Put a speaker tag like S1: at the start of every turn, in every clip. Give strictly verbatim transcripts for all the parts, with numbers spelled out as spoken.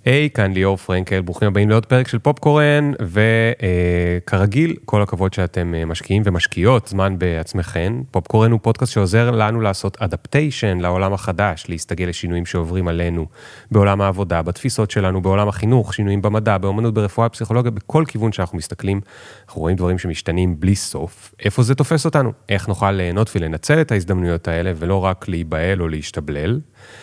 S1: היי, כאן ליאור פרנקל, ברוכים הבאים לעוד פרק של פופקורן, וכרגיל, כל הכבוד שאתם משקיעים ומשקיעות זמן בעצמכם. פופקורן הוא פודקאסט שעוזר לנו לעשות אדפטיישן לעולם החדש, להסתגל לשינויים שעוברים עלינו בעולם העבודה, בתפיסות שלנו, בעולם החינוך, שינויים במדע, באמנות, ברפואה, פסיכולוגיה, בכל כיוון שאנחנו מסתכלים, אנחנו רואים דברים שמשתנים בלי סוף. איפה זה תופס אותנו? איך נוכל ליהנות ולנצל את ההזדמנויות האלה, ולא רק להיבהל או להשתבלל.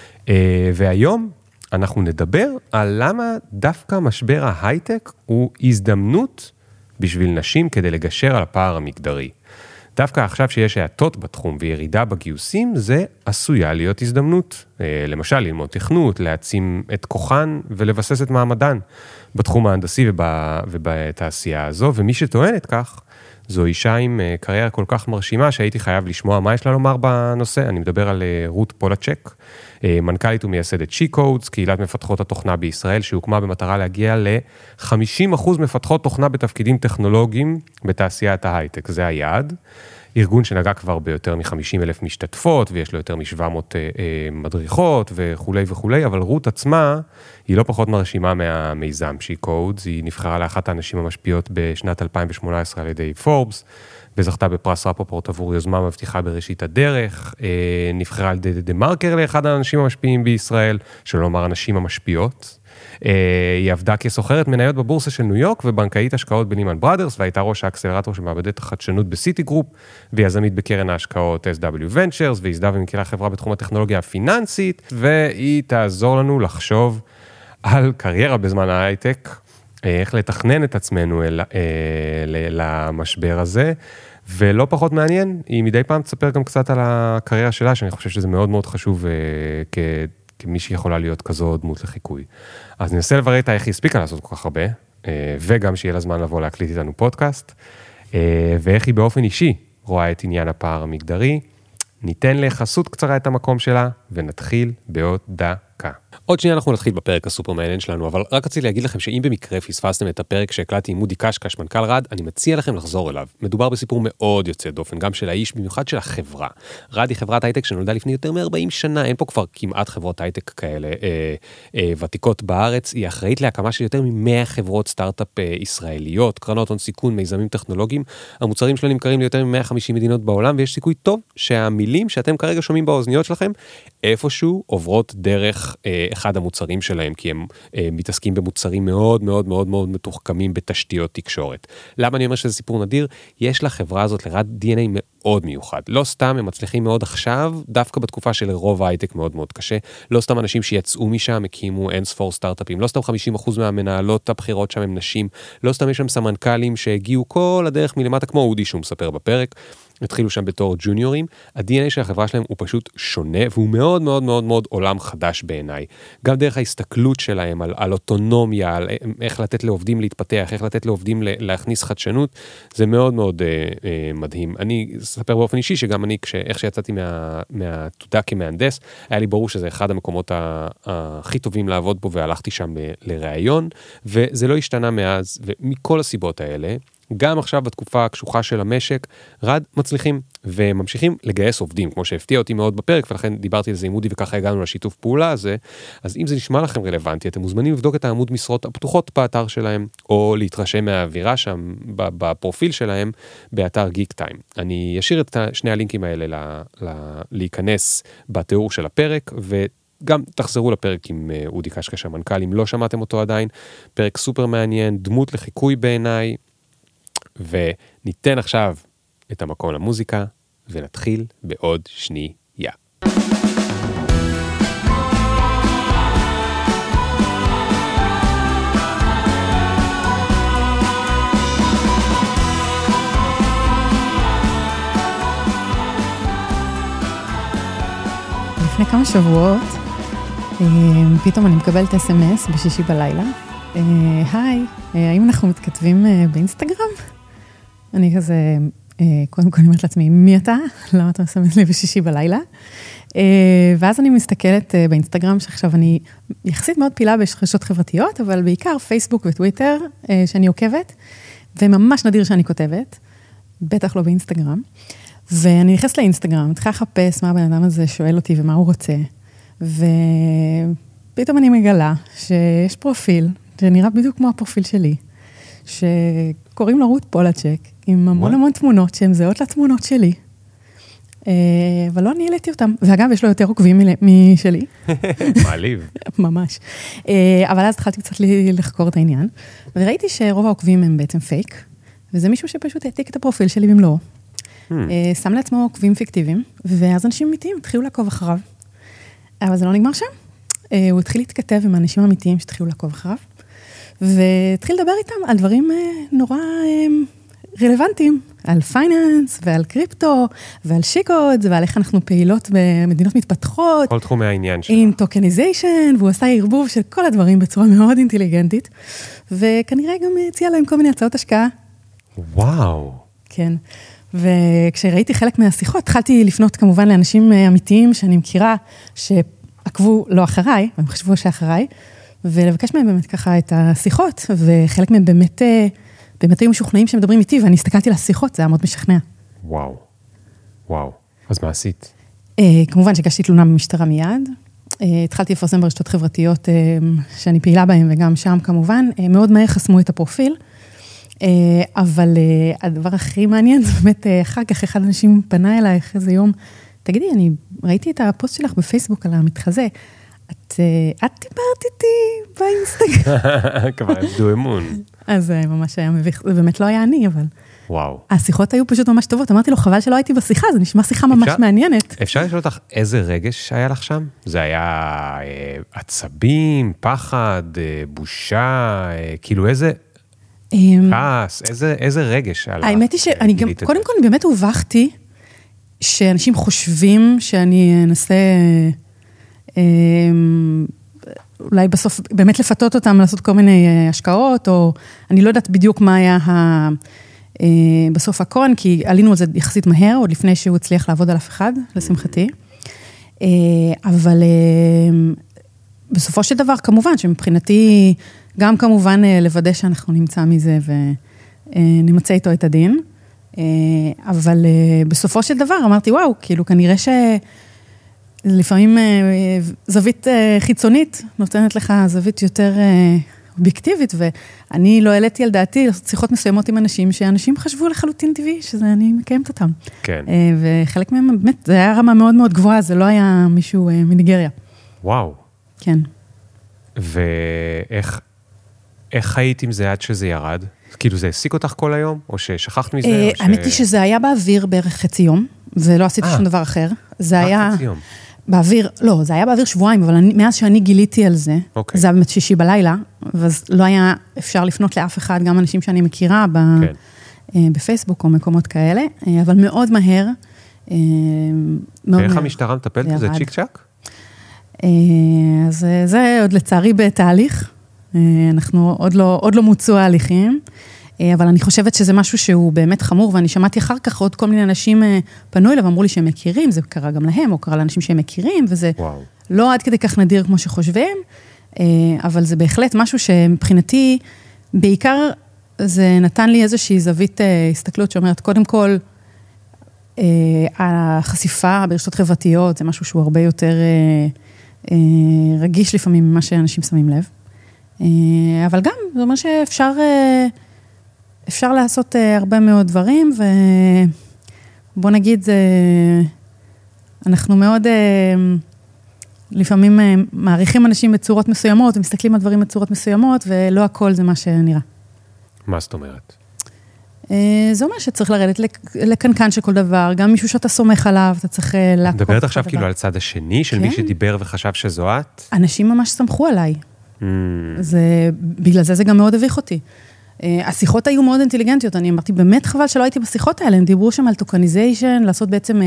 S1: והיום, אנחנו נדבר על למה דווקא משבר ההייטק הוא הזדמנות בשביל נשים כדי לגשר על הפער המגדרי. דווקא עכשיו שיש האטות בתחום וירידה בגיוסים, זה עשויה להיות הזדמנות. למשל, ללמוד תכנות, להעצים את כוחן ולבסס את מעמדן בתחום ההנדסי ובתעשייה הזו, ומי שטוענת כך, זו אישה עם קריירה כל כך מרשימה שהייתי חייב לשמוע מה יש לה לומר בנושא. אני מדבר על רות פולצ'ק, מנכ"לית ומייסדת She-Codes, קהילת מפתחות התוכנה בישראל, שהוקמה במטרה להגיע ל-חמישים אחוז מפתחות תוכנה בתפקידים טכנולוגיים בתעשיית ההייטק. זה היעד. ארגון שנגע כבר ביותר מ-חמישים אלף משתתפות, ויש לו יותר מ-שבע מאות אה, אה, מדריכות וכו' וכו', אבל רות עצמה היא לא פחות מרשימה מהמיזם She-Codes, היא נבחרה לאחת האנשים המשפיעות בשנת אלפיים ושמונה עשרה על ידי פורבס, וזכתה בפרס רפופורט עבור יוזמה מבטיחה בראשית הדרך, אה, נבחרה על ידי דה מרקר לאחד האנשים המשפיעים בישראל, שלא לומר אנשים המשפיעות, היא עבדה כסוחרת מניות בבורסה של ניו יורק, ובנקאית השקעות בלימן בראדרס, והייתה ראש האקסלרטור של מעבדת החדשנות בסיטי גרופ, ויזמית בקרן ההשקעות אס דאבליו Ventures, וייסדה ומקילה חברה בתחום הטכנולוגיה הפיננסית, והיא תעזור לנו לחשוב על קריירה בזמן ההייטק, איך לתכנן את עצמנו אל, אל, למשבר הזה, ולא פחות מעניין, היא מדי פעם תספר גם קצת על הקריירה שלה, שאני חושב שזה מאוד מאוד חשוב כ... כמי שיכולה להיות כזו דמות לחיקוי. אז ננסה לברר איתה איך היא הספיקה לעשות כל כך הרבה, וגם שיהיה לה זמן לבוא להקליט איתנו פודקאסט, ואיך היא באופן אישי רואה את עניין הפער המגדרי. ניתן לחסות קצרה את המקום שלה, ונתחיל בעוד דקה. עוד שנייה אנחנו נתחיל בפרק הסופר מעניין שלנו, אבל רק רציתי להגיד לכם שאם במקרה פספסתם את הפרק שהקלטתי עם מודי קשקש, מנכ"ל רד, אני מציע לכם לחזור אליו. מדובר בסיפור מאוד יוצא דופן, גם של האיש, במיוחד של החברה. רד היא חברת הייטק שנולדה לפני יותר מ-ארבעים שנה, אין פה כבר כמעט חברות הייטק כאלה אה, אה, ותיקות בארץ, היא אחראית להקמה של יותר מ-מאה חברות סטארט-אפ אה, ישראליות, קרנות הון סיכון, מיזמים טכנולוגיים, המוצרים שלהם נמכרים ליותר מ-מאה וחמישים מדינות בעולם, ויש סיכוי טוב שהמילים שאתם כרגע שומעים באוזניות שלכם, איפשהו עוברות דרך אה, אחד המוצרים שלהם, כי הם אה, מתעסקים במוצרים מאוד מאוד מאוד מאוד מתוחכמים בתשתיות תקשורת. למה אני אומר שזה סיפור נדיר? יש לחברה הזאת לרד די אן איי מאוד מיוחד. לא סתם הם מצליחים מאוד עכשיו, דווקא בתקופה של רוב ההייטק מאוד מאוד קשה. לא סתם אנשים שיצאו משם, הקימו אין ספור סטארט-אפים. לא סתם חמישים אחוז מהמנהלות הבחירות שם הם נשים. לא סתם יש שם סמנכ"לים שהגיעו כל הדרך מלמטה, כמו אודי שהוא מספר בפרק. התחילו שם בתור ג'וניורים, ה-די אן איי של החברה שלהם הוא פשוט שונה, והוא מאוד מאוד מאוד מאוד עולם חדש בעיניי. גם דרך ההסתכלות שלהם על, על אוטונומיה, על איך לתת לעובדים להתפתח, איך לתת לעובדים להכניס חדשנות, זה מאוד מאוד אה, אה, מדהים. אני אספר באופן אישי שגם אני, איך שיצאתי מה, מהתודה כמהנדס, היה לי ברור שזה אחד המקומות הכי טובים לעבוד בו, והלכתי שם לראיון, וזה לא השתנה מאז, ומכל הסיבות האלה, גם עכשיו בתקופה הקשוחה של המשק, רד מצליחים וממשיכים לגייס עובדים, כמו שהפתיע אותי מאוד בפרק, ולכן דיברתי על זה עם מודי וככה הגענו לשיתוף פעולה הזה. אז אם זה נשמע לכם רלוונטי, אתם מוזמנים לבדוק את העמוד משרות הפתוחות באתר שלהם, או להתרשם מהאווירה שם בפרופיל שלהם, באתר גיק טיים. אני אשאיר את שני הלינקים האלה ל- ל- להיכנס בתיאור של הפרק, ו... גם תחזרו לפרק עם אודי קשקש המנכ"ל, אם לא שמעתם אותו עדיין, פרק סופר מעניין, דמות לחיקוי בעיניי, וניתן עכשיו את המקום למוזיקה, ונתחיל בעוד שנייה.
S2: לפני כמה שבועות, פתאום אני מקבלת אס אם אס בשישי בלילה. היי, האם אנחנו מתכתבים באינסטגרם? אני כזה, קודם כל אני אומרת לעצמי, מי אתה? למה אתה מסמס לי בשישי בלילה? ואז אני מסתכלת באינסטגרם, שעכשיו אני יחסית מאוד פעילה ברשתות חברתיות, אבל בעיקר פייסבוק וטוויטר, שאני עוקבת, וממש נדיר שאני כותבת, בטח לא באינסטגרם. ואני נכנסת לאינסטגרם, מתחילה לחפש מה הבן אדם הזה שואל אותי ומה הוא רוצה. ופתאום פתאום אני מגלה שיש פרופיל, שנראה בדיוק כמו הפרופיל שלי, שקוראים לו רות פולצ'ק, עם המון המון תמונות שהן זהות לתמונות שלי, אבל לא אני העליתי אותם, ואגב, יש לו יותר עוקבים משלי.
S1: מעליב.
S2: ממש. אבל אז התחלתי קצת לחקור את העניין, וראיתי שרוב העוקבים הם בעצם פייק, וזה מישהו שפשוט העתיק את הפרופיל שלי במלואו, שם לעצמו עוקבים פיקטיביים, ואז אנשים אמיתיים התחילו לעקוב אחריו. אבל זה לא נגמר שם. הוא התחיל להתכתב עם האנשים האמיתיים שהתחילו לעקוב אחריו, והתחיל לדבר איתם על דברים נורא רלוונטיים, על פייננס ועל קריפטו ועל שיקודס ועל איך אנחנו פעילות במדינות מתפתחות.
S1: כל תחומי העניין שלו.
S2: עם טוקניזיישן, והוא עשה ערבוב של כל הדברים בצורה מאוד אינטליגנטית, וכנראה גם הציע להם כל מיני הצעות השקעה.
S1: וואו.
S2: כן. וכשראיתי חלק מהשיחות, התחלתי לפנות כמובן לאנשים אמיתיים שאני מכירה, שעקבו לא אחריי, הם חשבו שאחריי, ולבקש מהם באמת ככה את השיחות, וחלק מהם באמת, באמת היו משוכנעים שמדברים איתי, ואני הסתכלתי על השיחות, זה היה מאוד משכנע.
S1: וואו, וואו. אז מה עשית?
S2: כמובן שהגשתי תלונה במשטרה מיד, התחלתי לפרסם ברשתות חברתיות שאני פעילה בהן, וגם שם כמובן, מאוד מהר חסמו את הפרופיל, אבל הדבר הכי מעניין, זה באמת, אחר כך אחד האנשים פנה אליי אחרי יום, תגידי, אני ראיתי את הפוסט שלך בפייסבוק על המתחזה, את, את דיברת איתי באינסטגרם.
S1: כבר עבדו אמון.
S2: אז זה ממש היה מביך, זה באמת לא היה אני, אבל...
S1: וואו.
S2: השיחות היו פשוט ממש טובות, אמרתי לו, חבל שלא הייתי בשיחה, זה נשמע שיחה ממש מעניינת.
S1: אפשר לשאול אותך איזה רגש היה לך שם? זה היה עצבים, פחד, בושה, כאילו איזה... כעס, איזה, איזה רגש עליו?
S2: האמת היא שאני גם, קודם כל, אני באמת הובכתי שאנשים חושבים שאני אנסה, אולי בסוף באמת לפתות אותם לעשות כל מיני השקעות, או אני לא יודעת בדיוק מה היה בסוף הקון, כי עלינו על זה יחסית מהר, עוד לפני שהוא הצליח לעבוד על אף אחד, לשמחתי. אבל בסופו של דבר, כמובן, שמבחינתי, גם כמובן לוודא שאנחנו נמצא מזה ונמצא איתו את הדין, אבל בסופו של דבר אמרתי, וואו, כאילו כנראה שלפעמים זווית חיצונית נותנת לך זווית יותר אובייקטיבית, ואני לא העליתי על דעתי לעשות שיחות מסוימות עם אנשים, שאנשים חשבו לחלוטין טבעי, שזה אני מקיימת אותם.
S1: כן.
S2: וחלק מהם, באמת, זה היה רמה מאוד מאוד גבוהה, זה לא היה מישהו מניגריה.
S1: וואו.
S2: כן.
S1: ואיך, איך חיית עם זה עד שזה ירד? כאילו זה העסיק אותך כל היום? או ששכחת מזה?
S2: האמת היא שזה היה באוויר בערך חצי יום, ולא עשיתי שום דבר אחר. זה היה...
S1: חצי יום?
S2: באוויר, לא, זה היה באוויר שבועיים, אבל מאז שאני גיליתי על זה, זה היה באמת שישי בלילה, ואז לא היה אפשר לפנות לאף אחד, גם אנשים שאני מכירה בפייסבוק או מקומות כאלה, אבל מאוד מהר.
S1: ואיך המשטרה מטפלת בזה צ'יק צ'ק?
S2: אז זה עוד לצערי בתהליך, אנחנו עוד לא, עוד לא מוצאו ההליכים, אבל אני חושבת שזה משהו שהוא באמת חמור, ואני שמעתי אחר כך עוד כל מיני אנשים פנו אליו, ואמרו לי שהם מכירים, זה קרה גם להם, או קרה לאנשים שהם מכירים, וזה וואו. לא עד כדי כך נדיר כמו שחושבים, אבל זה בהחלט משהו שמבחינתי, בעיקר זה נתן לי איזושהי זווית הסתכלות שאומרת, קודם כל, החשיפה ברשתות חברתיות, זה משהו שהוא הרבה יותר רגיש לפעמים ממה שאנשים שמים לב. אבל גם, זה אומר שאפשר אפשר לעשות הרבה מאוד דברים, ובוא נגיד, אנחנו מאוד לפעמים מעריכים אנשים בצורות מסוימות, ומסתכלים על דברים בצורות מסוימות, ולא הכל זה מה שנראה.
S1: מה זאת אומרת?
S2: זה אומר שצריך לרדת לקנקן של כל דבר, גם מישהו שאתה סומך עליו, אתה צריך לעקוב.
S1: מדברת עכשיו כאילו על הצד השני, של מי שדיבר וחשב שזו את?
S2: אנשים ממש סמכו עליי. בגלל זה זה גם מאוד הביך אותי. השיחות היו מאוד אינטליגנטיות, אני אמרתי, באמת חבל שלא הייתי בשיחות האלה, הם דיברו שם על טוקניזיישן, לעשות בעצם,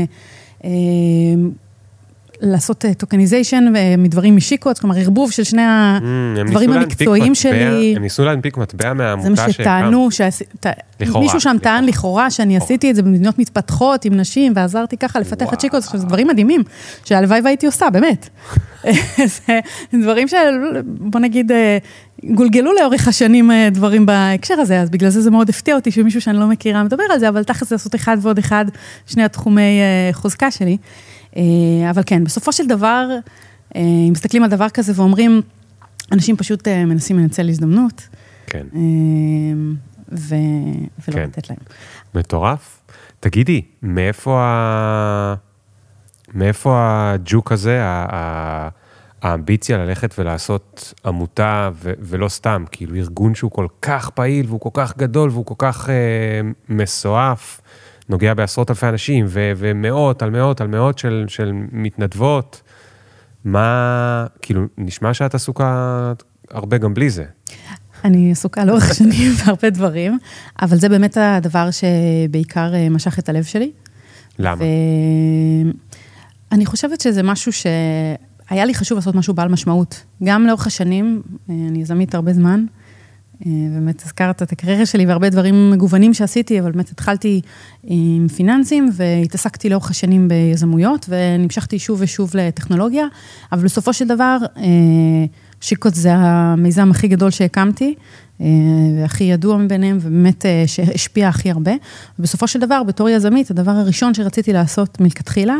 S2: לעשות טוקניזיישן מדברים משיקות, כלומר, ערבוב של שני הדברים המקצועיים שלי.
S1: הם ניסו להנפיק מטבע מהעמותה.
S2: זה מה שטענו, מישהו שם טען לכאורה, שאני עשיתי את זה במדינות מתפתחות עם נשים, ועזרתי ככה לפתח את שיקות, זה דברים מדהימים, שהלוואי והייתי עושה, באמת. זה דברים של, בוא נגיד, גולגלו לאורך השנים דברים בהקשר הזה, אז בגלל זה זה מאוד הפתיע אותי שמישהו שאני לא מכירה מדבר על זה, אבל תכף זה לעשות אחד ועוד אחד, שני התחומי חוזקה שלי. אבל כן, בסופו של דבר, מסתכלים על דבר כזה ואומרים, אנשים פשוט מנסים לנצל הזדמנות,
S1: כן.
S2: ו... ולא
S1: כן.
S2: לתת להם.
S1: מטורף. תגידי, מאיפה, ה... מאיפה הג'וק הזה, ה... האמביציה ללכת ולעשות עמותה, ו... ולא סתם, כאילו ארגון שהוא כל כך פעיל, והוא כל כך גדול, והוא כל כך אה, מסועף, נוגע בעשרות אלפי אנשים, ו... ומאות על מאות על מאות של, של מתנדבות, מה, כאילו, נשמע שאת עסוקה הרבה גם בלי זה. אני
S2: עסוקה לאורך שנים בהרבה דברים, אבל זה באמת הדבר שבעיקר משך את הלב שלי.
S1: למה?
S2: אני חושבת שזה משהו שהיה לי חשוב לעשות משהו בעל משמעות. גם לאורך השנים, אני יזמית הרבה זמן, באמת הזכרת את הקריירה שלי והרבה דברים מגוונים שעשיתי, אבל באמת התחלתי עם פיננסים והתעסקתי לאורך השנים ביזמויות, ונמשכתי שוב ושוב לטכנולוגיה, אבל בסופו של דבר, שיקות זה המיזם הכי גדול שהקמתי, והכי ידוע מביניהם, ובאמת שהשפיע הכי הרבה. ובסופו של דבר, בתור יזמית, הדבר הראשון שרציתי לעשות מלכתחילה,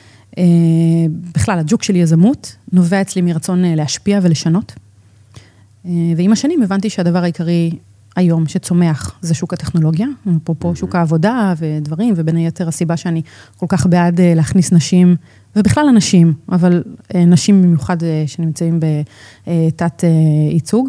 S2: בכלל, הג'וק של יזמות, נובע אצלי מרצון להשפיע ולשנות. ועם השנים הבנתי שהדבר העיקרי היום שצומח זה שוק הטכנולוגיה, אפרופו שוק העבודה ודברים, ובין היתר הסיבה שאני כל כך בעד להכניס נשים, ובכלל אנשים, אבל נשים במיוחד שנמצאים בתת ייצוג,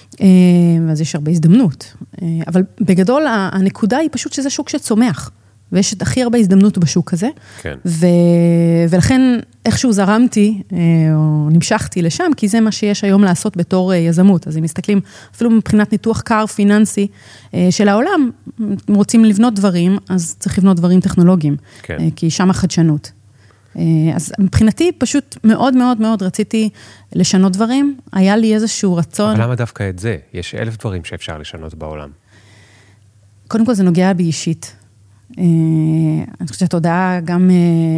S2: אז יש הרבה הזדמנות. אבל בגדול הנקודה היא פשוט שזה שוק שצומח, ויש הכי הרבה הזדמנות בשוק הזה,
S1: כן.
S2: ו... ולכן איכשהו זרמתי, או נמשכתי לשם, כי זה מה שיש היום לעשות בתור יזמות. אז אם מסתכלים, אפילו מבחינת ניתוח קר פיננסי של העולם, אם רוצים לבנות דברים, אז צריך לבנות דברים טכנולוגיים,
S1: כן.
S2: כי שם החדשנות. אז מבחינתי פשוט מאוד מאוד מאוד רציתי לשנות דברים, היה לי איזשהו רצון.
S1: אבל למה דווקא את זה? יש אלף דברים שאפשר לשנות בעולם.
S2: קודם כל זה נוגע בי אישית. אני חושבת שהתודעה גם,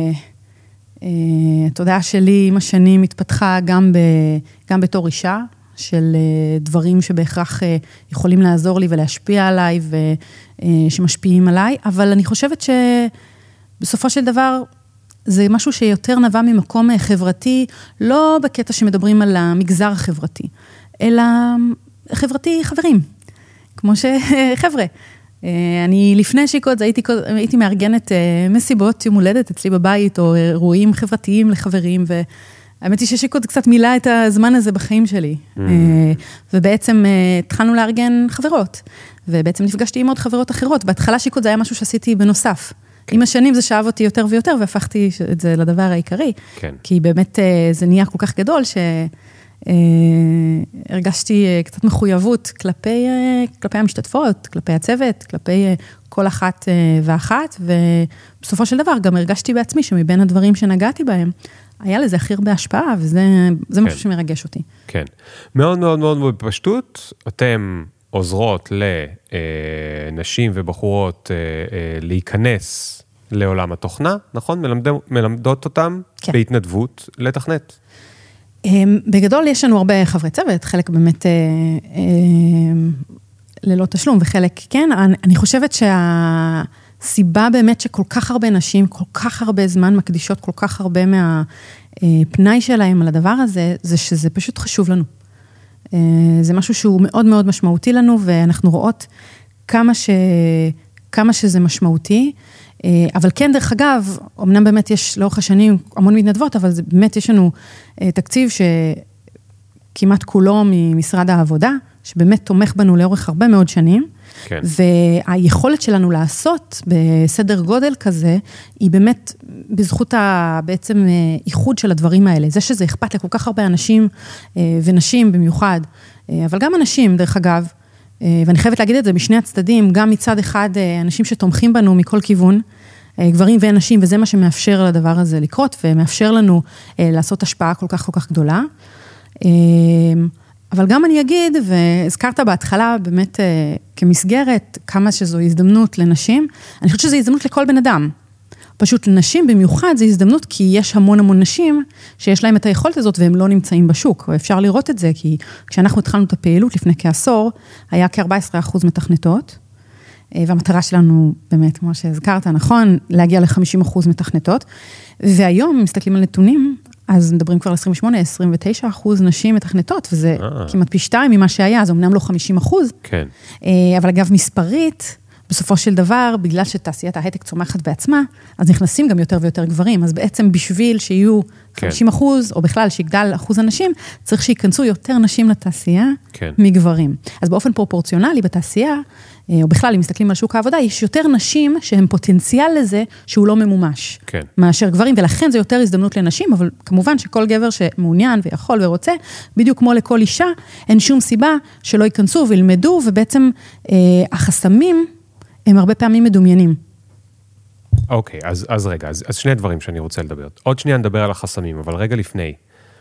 S2: התודעה שלי עם השנים התפתחה גם, ב, גם בתור אישה, של דברים שבהכרח יכולים לעזור לי ולהשפיע עליי, ושמשפיעים עליי, אבל אני חושבת שבסופו של דבר, זה משהו שיותר נבע ממקום חברתי, לא בקטע שמדברים על המגזר החברתי, אלא חברתי חברים, כמו שחבר'ה. אני לפני שיקות, הייתי, הייתי מארגנת מסיבות יום הולדת אצלי בבית, או אירועים חברתיים לחברים, והאמת היא ששיקות קצת מילה את הזמן הזה בחיים שלי. Mm. ובעצם התחלנו לארגן חברות, ובעצם נפגשתי עם עוד חברות אחרות. בהתחלה שיקות זה היה משהו שעשיתי בנוסף. כן. עם השנים זה שאב אותי יותר ויותר, והפכתי את זה לדבר העיקרי. כן. כי באמת זה נהיה כל כך גדול ש... הרגשתי קצת מחויבות כלפי, כלפי המשתתפות, כלפי הצוות, כלפי כל אחת ואחת, ובסופו של דבר גם הרגשתי בעצמי שמבין הדברים שנגעתי בהם, היה לזה הכי הרבה השפעה, וזה זה משהו שמרגש אותי.
S1: כן. מאוד מאוד מאוד מאוד בפשטות, אתם עוזרות לנשים ובחורות להיכנס לעולם התוכנה, נכון? מלמדות אותם כן. בהתנדבות לתכנת.
S2: בגדול יש לנו הרבה חברי צוות, חלק באמת ללא תשלום וחלק כן, אני חושבת שהסיבה באמת שכל כך הרבה נשים, כל כך הרבה זמן מקדישות, כל כך הרבה מהפנאי שלהם על הדבר הזה, זה שזה פשוט חשוב לנו. זה משהו שהוא מאוד מאוד משמעותי לנו, ואנחנו רואות כמה, ש... כמה שזה משמעותי, אבל כן, דרך אגב, אמנם באמת יש לאורך השנים המון מתנדבות, אבל זה באמת יש לנו תקציב שכמעט כולו ממשרד העבודה, שבאמת תומך בנו לאורך הרבה מאוד שנים, כן. והיכולת שלנו לעשות בסדר גודל כזה, היא באמת בזכות בעצם איחוד של הדברים האלה. זה שזה אכפת לכל כך הרבה אנשים ונשים במיוחד, אבל גם אנשים, דרך אגב, ואני חייבת להגיד את זה משני הצדדים, גם מצד אחד אנשים שתומכים בנו מכל כיוון, גברים ואנשים, וזה מה שמאפשר לדבר הזה לקרות, ומאפשר לנו לעשות השפעה כל כך כל כך גדולה. אבל גם אני אגיד, והזכרת בהתחלה באמת כמסגרת, כמה שזו הזדמנות לנשים, אני חושבת שזו הזדמנות לכל בן אדם. פשוט לנשים במיוחד זו הזדמנות, כי יש המון המון נשים שיש להם את היכולת הזאת, והם לא נמצאים בשוק. ואפשר לראות את זה, כי כשאנחנו התחלנו את הפעילות לפני כעשור, היה כ-ארבעה עשר אחוז מתכנתות, והמטרה שלנו באמת, כמו שהזכרת, נכון, להגיע ל-חמישים אחוז מתכנתות, והיום, מסתכלים על נתונים, אז מדברים כבר על עשרים ושמונה עשרים ותשע אחוז נשים מתכנתות, וזה כמעט פי שתיים ממה שהיה, זה אמנם לא חמישים אחוז.
S1: כן.
S2: אבל אגב, מספרית, בסופו של דבר, בגלל שתעשיית ההייטק צומחת בעצמה, אז נכנסים גם יותר ויותר גברים. אז בעצם בשביל שיהיו חמישים אחוז, או בכלל שיגדל אחוז הנשים, צריך שיכנסו יותר נשים לתעשייה מגברים. אז באופן פרופורציונלי בתעשייה, או בכלל, אם מסתכלים על שוק העבודה, יש יותר נשים שהן פוטנציאל לזה שהוא לא ממומש.
S1: כן.
S2: מאשר גברים, ולכן זה יותר הזדמנות לנשים, אבל כמובן שכל גבר שמעוניין ויכול ורוצה, בדיוק כמו לכל אישה, אין שום סיבה שלא ייכנסו וילמדו, ובעצם אה, החסמים הם הרבה פעמים מדומיינים.
S1: אוקיי, אז, אז רגע, אז, אז שני דברים שאני רוצה לדבר. עוד שנייה נדבר על החסמים, אבל רגע לפני.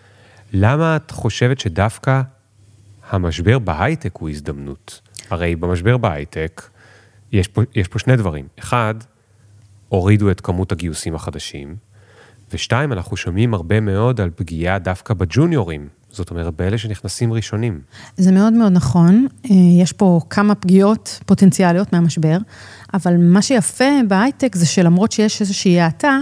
S1: למה את חושבת שדווקא המשבר בהייטק הוא הזדמנות? הרי במשבר בהייטק יש פה, יש פה שני דברים. אחד, הורידו את כמות הגיוסים החדשים, ושתיים, אנחנו שומעים הרבה מאוד על פגיעה דווקא בג'וניורים. זאת אומרת, באלה שנכנסים ראשונים. זה מאוד מאוד נכון. יש פה כמה פגיעות פוטנציאליות מהמשבר, אבל מה שיפה בהייטק זה שלמרות שיש איזושהי האטה,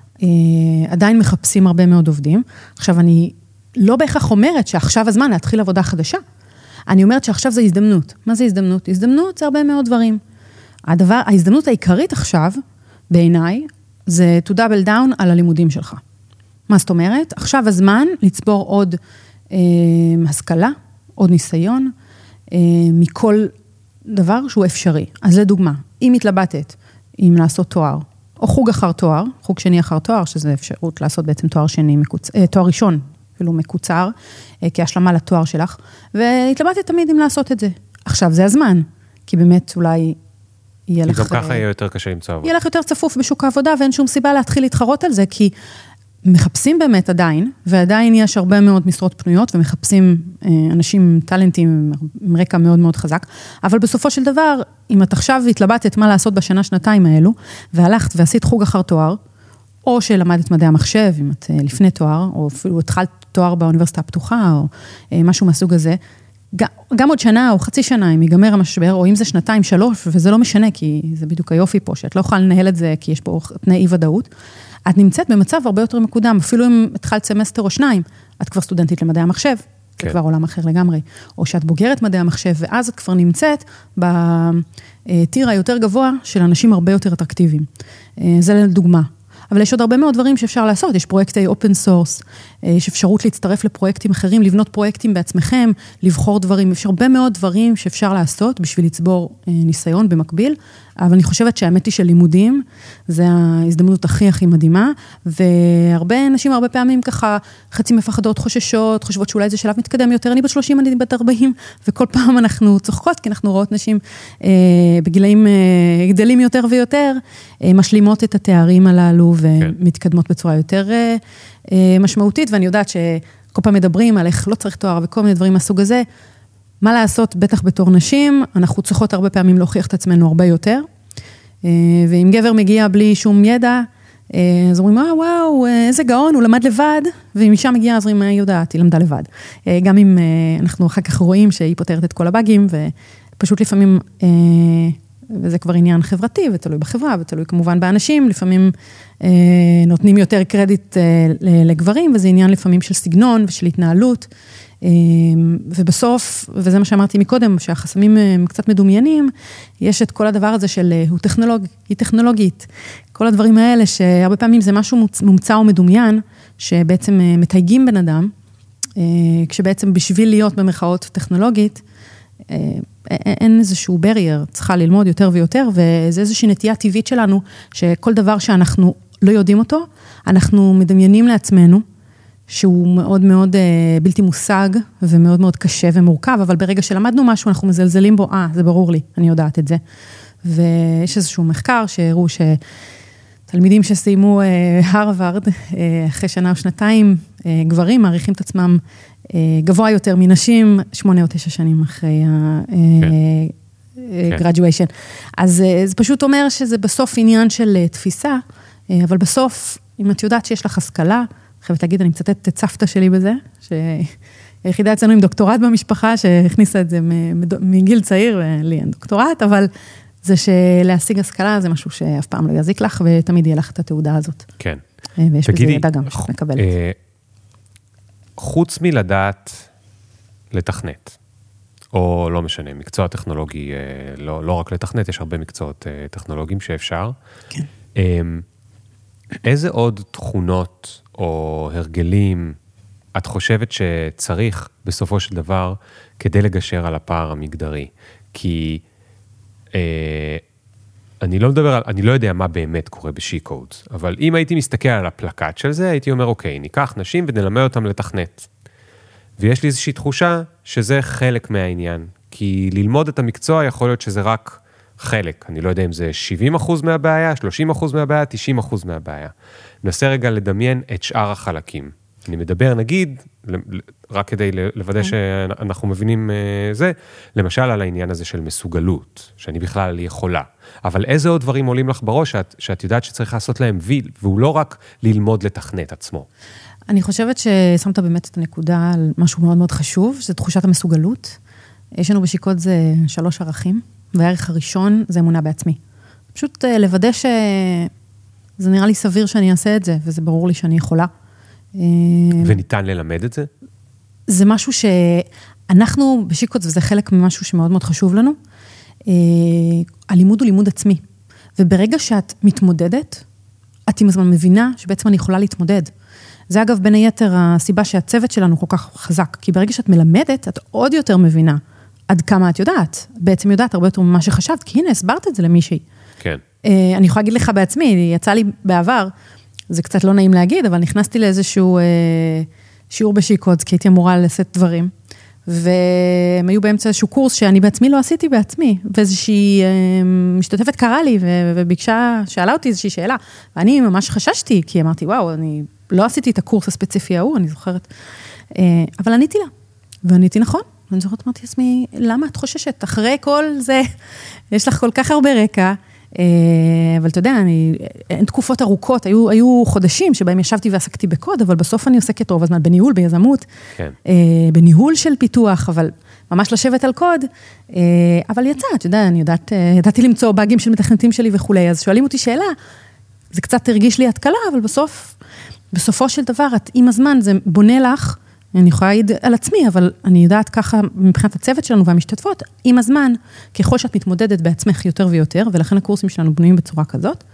S1: עדיין מחפשים הרבה מאוד עובדים. עכשיו, אני לא בהכרח אומרת שעכשיו הזמן להתחיל עבודה חדשה. אני אומרת שעכשיו זה הזדמנות. מה זה הזדמנות? הזדמנות זה הרבה מאוד דברים. הדבר, ההזדמנות העיקרית עכשיו, בעיניי, זה to double down על הלימודים שלך. מה זאת אומרת? עכשיו הזמן לצבור עוד אה, השכלה, עוד ניסיון, אה, מכל דבר שהוא אפשרי. אז לדוגמה, אם מתלבטת, אם לעשות תואר, או חוג אחר תואר, חוג שני אחר תואר, שזה אפשרות לעשות בעצם תואר שני, מקוצ... אה, תואר ראשון, אפילו מקוצר, אה, כהשלמה לתואר שלך, והתלבטת תמיד אם לעשות את זה. עכשיו זה הזמן, כי באמת אולי יהיה לך... גם ככה יהיה יותר קשה למצוא עבודה.
S2: יהיה לך יותר צפוף בשוק העבודה, ואין שום סיבה להתחיל להתחרות על זה, כי מחפשים באמת עדיין, ועדיין יש הרבה מאוד משרות פנויות, ומחפשים אנשים טלנטים עם רקע מאוד מאוד חזק, אבל בסופו של דבר, אם את עכשיו התלבטת מה לעשות בשנה, שנתיים האלו, והלכת ועשית חוג אחר תואר, או שלמדת מדעי המחשב, אם את לפני תואר, או אפילו התחלת תואר באוניברסיטה הפתוחה, או משהו מהסוג הזה, גם עוד שנה או חצי שנה, אם ייגמר המשבר, או אם זה שנתיים, שלוש, וזה לא משנה, כי זה בדיוק היופי פה, שאת לא יכולה לנהל את זה, כי יש פה תנאי אי ודאות, את נמצאת במצב הרבה יותר מקודם, אפילו אם התחלת סמסטר או שניים, את כבר סטודנטית למדעי המחשב, זה כבר עולם אחר לגמרי, או שאת בוגרת מדעי המחשב, ואז את כבר נמצאת בטיר היותר גבוה של אנשים הרבה יותר אטרקטיביים. זה לדוגמה. אבל יש עוד הרבה מאוד דברים שאפשר לעשות, יש פרויקטי אופן סורס, יש אפשרות להצטרף לפרויקטים אחרים, לבנות פרויקטים בעצמכם, לבחור דברים, יש הרבה מאוד דברים שאפשר לעשות בשביל לצבור ניסיון במקביל, אבל אני חושבת שהאמת היא של לימודים, זה ההזדמנות הכי הכי מדהימה, והרבה אנשים הרבה פעמים ככה חצי מפחדות, חוששות, חושבות שאולי זה שלב מתקדם יותר, אני בת שלושים, אני בת ארבעים, וכל פעם אנחנו צוחקות, כי אנחנו רואות נשים אה, בגילאים אה, גדלים יותר ויותר, אה, משלימות את התארים הללו, ומתקדמות בצורה יותר אה, אה, משמעותית, ואני יודעת שכל פעם מדברים על איך לא צריך תואר, וכל מיני דברים מהסוג הזה, מה לעשות, בטח בתור נשים, אנחנו צריכות הרבה פעמים להוכיח את עצמנו הרבה יותר, ואם גבר מגיע בלי שום ידע, אז אומרים, וואו, וואו, איזה גאון, הוא למד לבד, ואם אישה מגיעה, אז אומרים, היא יודעת, היא למדה לבד. גם אם אנחנו אחר כך רואים שהיא פותרת את כל הבאגים, ופשוט לפעמים, וזה כבר עניין חברתי, ותלוי בחברה, ותלוי כמובן באנשים, לפעמים נותנים יותר קרדיט לגברים, וזה עניין לפעמים של סגנון ושל התנהלות, ובסוף, וזה מה שאמרתי מקודם, שהחסמים הם קצת מדומיינים, יש את כל הדבר הזה של הוא טכנולוג, היא טכנולוגית. כל הדברים האלה שהרבה פעמים זה משהו מומצא או מדומיין, שבעצם מתייגים בן אדם, כשבעצם בשביל להיות במרכאות טכנולוגית, אין איזשהו ברייר, צריכה ללמוד יותר ויותר, וזה איזושהי נטייה טבעית שלנו, שכל דבר שאנחנו לא יודעים אותו, אנחנו מדמיינים לעצמנו, שהוא מאוד מאוד בלתי מושג, ומאוד מאוד קשה ומורכב, אבל ברגע שלמדנו משהו, אנחנו מזלזלים בו, אה, זה ברור לי, אני יודעת את זה. ויש איזשהו מחקר שהראו שתלמידים שסיימו הרווארד, אחרי שנה או שנתיים, גברים מעריכים את עצמם גבוה יותר מנשים, שמונה או תשע שנים אחרי ה-graduation. אז זה פשוט אומר שזה בסוף עניין של תפיסה, אבל בסוף, אם את יודעת שיש לך השכלה, חייבת להגיד, אני מצטטת את סבתא שלי בזה, שהיחידה אצלנו עם דוקטורט במשפחה, שהכניסה את זה מגיל צעיר, ולי אין דוקטורט, אבל זה שלהשיג השכלה, זה משהו שאף פעם לא יזיק לך, ותמיד יהיה לך את התעודה הזאת.
S1: כן.
S2: ויש בזה ידע גם שמקבלת.
S1: חוץ מלדעת לתכנת, או לא משנה, מקצוע טכנולוגי, לא, לא רק לתכנת, יש הרבה מקצועות טכנולוגיים שאפשר.
S2: כן.
S1: איזה עוד תכונות או הרגלים את חושבת שצריך בסופו של דבר כדי לגשר על הפער המגדרי? כי אה, אני לא מדבר על, אני לא יודע מה באמת קורה ב-She-Codes, אבל אם הייתי מסתכל על הפלקט של זה, הייתי אומר, אוקיי, ניקח נשים ונלמד אותם לתכנת. ויש לי איזושהי תחושה שזה חלק מהעניין, כי ללמוד את המקצוע יכול להיות שזה רק חלק. אני לא יודע אם זה שבעים אחוז מהבעיה, שלושים אחוז מהבעיה, תשעים אחוז מהבעיה. ננסה רגע לדמיין את שאר החלקים. אני מדבר, נגיד, רק כדי לוודא שאנחנו מבינים זה, למשל על העניין הזה של מסוגלות, שאני בכלל יכולה. אבל איזה עוד דברים עולים לך בראש שאת, שאת יודעת שצריך לעשות להם ויל, והוא לא רק ללמוד לתכנת עצמו?
S2: אני חושבת ששמת באמת את הנקודה על משהו מאוד מאוד חשוב, שזה תחושת המסוגלות. יש לנו בשיקות זה שלוש ערכים, והערך הראשון זה אמונה בעצמי. פשוט לוודא שזה נראה לי סביר שאני אעשה את זה, וזה ברור לי שאני יכולה.
S1: וניתן ללמד את זה?
S2: זה משהו שאנחנו בשיקות, וזה חלק ממשהו שמאוד מאוד חשוב לנו, הלימוד הוא לימוד עצמי. וברגע שאת מתמודדת, את עם הזמן מבינה שבעצם אני יכולה להתמודד. זה אגב בין היתר הסיבה שהצוות שלנו כל כך חזק, כי ברגע שאת מלמדת, את עוד יותר מבינה עד כמה את יודעת. בעצם יודעת הרבה יותר ממה שחשבת, כי הנה, הסברת את זה למישהי.
S1: כן.
S2: אני יכולה להגיד לך בעצמי, יצא לי בעבר, זה קצת לא נעים להגיד, אבל נכנסתי לאיזשהו שיעור בשיקות, כי הייתי אמורה לשאת דברים, והם היו באמצע איזשהו קורס שאני בעצמי לא עשיתי בעצמי, ואיזושהי משתתפת קראה לי, וביקשה, שאלה אותי איזושהי שאלה, ואני ממש חששתי, כי אמרתי, וואו, אני לא עשיתי את הקורס הספציפי ההוא, אני זוכרת, אבל עניתי לה, ועניתי נכון, ואני זוכרת, אמרתי לעצמי, למה את חוששת? אחרי כל זה, יש לך כל כך הרבה רקע, אבל אתה יודע, אני, אין תקופות ארוכות, היו, היו חודשים שבהם ישבתי ועסקתי בקוד, אבל בסוף אני עוסקת רוב הזמן בניהול, ביזמות,
S1: כן.
S2: בניהול של פיתוח, אבל ממש לשבת על קוד, אבל יצא, אתה יודע, אני יודעת, ידעתי למצוא באגים של מתכנתים שלי וכולי, אז שואלים אותי שאלה, זה קצת הרגיש לי התקלה, אבל בסוף, בסופו של דבר, את, עם הזמן, זה בונה לך, אני יכולה להעיד על עצמי, אבל אני יודעת ככה מבחינת הצוות שלנו והמשתתפות, עם הזמן, ככל שאת מתמודדת בעצמך יותר ויותר, ולכן הקורסים שלנו בנויים בצורה כזאת,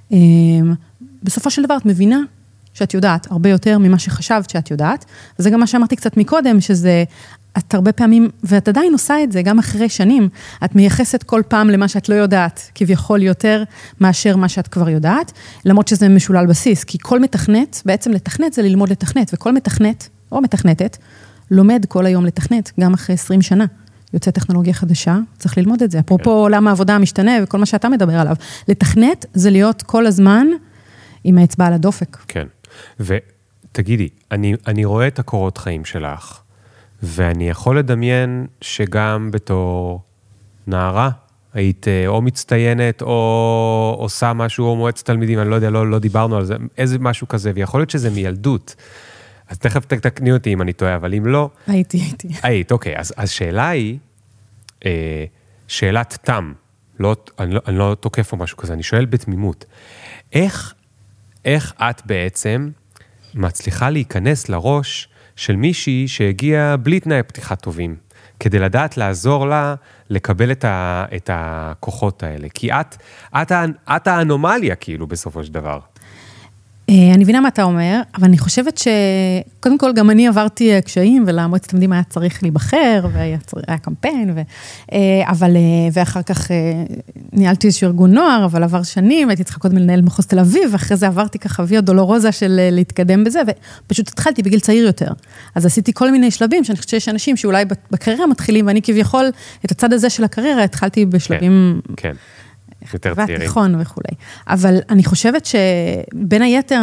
S2: בסופו של דבר את מבינה שאת יודעת הרבה יותר ממה שחשבת שאת יודעת, וזה גם מה שאמרתי קצת מקודם, שזה את הרבה פעמים, ואת עדיין עושה את זה, גם אחרי שנים, את מייחסת כל פעם למה שאת לא יודעת, כביכול יותר מאשר מה שאת כבר יודעת, למרות שזה משולל בסיס, כי כל מתכנת, בעצם לתכנת זה ללמוד לתכנת, וכל מתכנת, או מתכנתת, לומד כל היום לתכנת, גם אחרי עשרים שנה. יוצא טכנולוגיה חדשה, צריך ללמוד את זה. אפרופו עולם העבודה המשתנה, וכל מה שאתה מדבר עליו. לתכנת זה להיות כל הזמן עם האצבע על הדופק.
S1: כן. ותגידי, אני, אני רואה את הקורות חיים שלך, ואני יכול לדמיין שגם בתור נערה, היית או מצטיינת, או עושה משהו, או מועצת תלמידים, אני לא יודע, לא, לא דיברנו על זה, איזה משהו כזה, ויכול להיות שזה מילדות. אז תכף תקני אותי אם אני טועה, אבל אם לא...
S2: הייתי, הייתי.
S1: היית, אוקיי. אז, אז שאלה היא, אה, שאלת תם, לא, אני, לא, אני לא תוקף או משהו כזה, אני שואל בתמימות, איך, איך את בעצם מצליחה להיכנס לראש של מישהי שהגיע בלי תנאי פתיחה טובים, כדי לדעת לעזור לה לקבל את, ה, את הכוחות האלה? כי את, את, את האנומליה כאילו בסופו של דבר.
S2: אני מבינה מה אתה אומר, אבל אני חושבת שקודם כל גם אני עברתי קשיים, ולמועצת תלמידים היה צריך להיבחר, והיה קמפיין, ו... אבל, ואחר כך ניהלתי איזשהו ארגון נוער, אבל עבר שנים, הייתי צריכה קודם לנהל מחוז תל אביב, ואחרי זה עברתי ככה ויה דולורוזה של להתקדם בזה, ופשוט התחלתי בגיל צעיר יותר. אז עשיתי כל מיני שלבים, שאני חושבת שיש אנשים שאולי בקריירה מתחילים, ואני כביכול את הצד הזה של הקריירה, התחלתי בשלבים...
S1: כן, כן. יותר צעירים.
S2: והתיכון וכולי. אבל אני חושבת שבין היתר,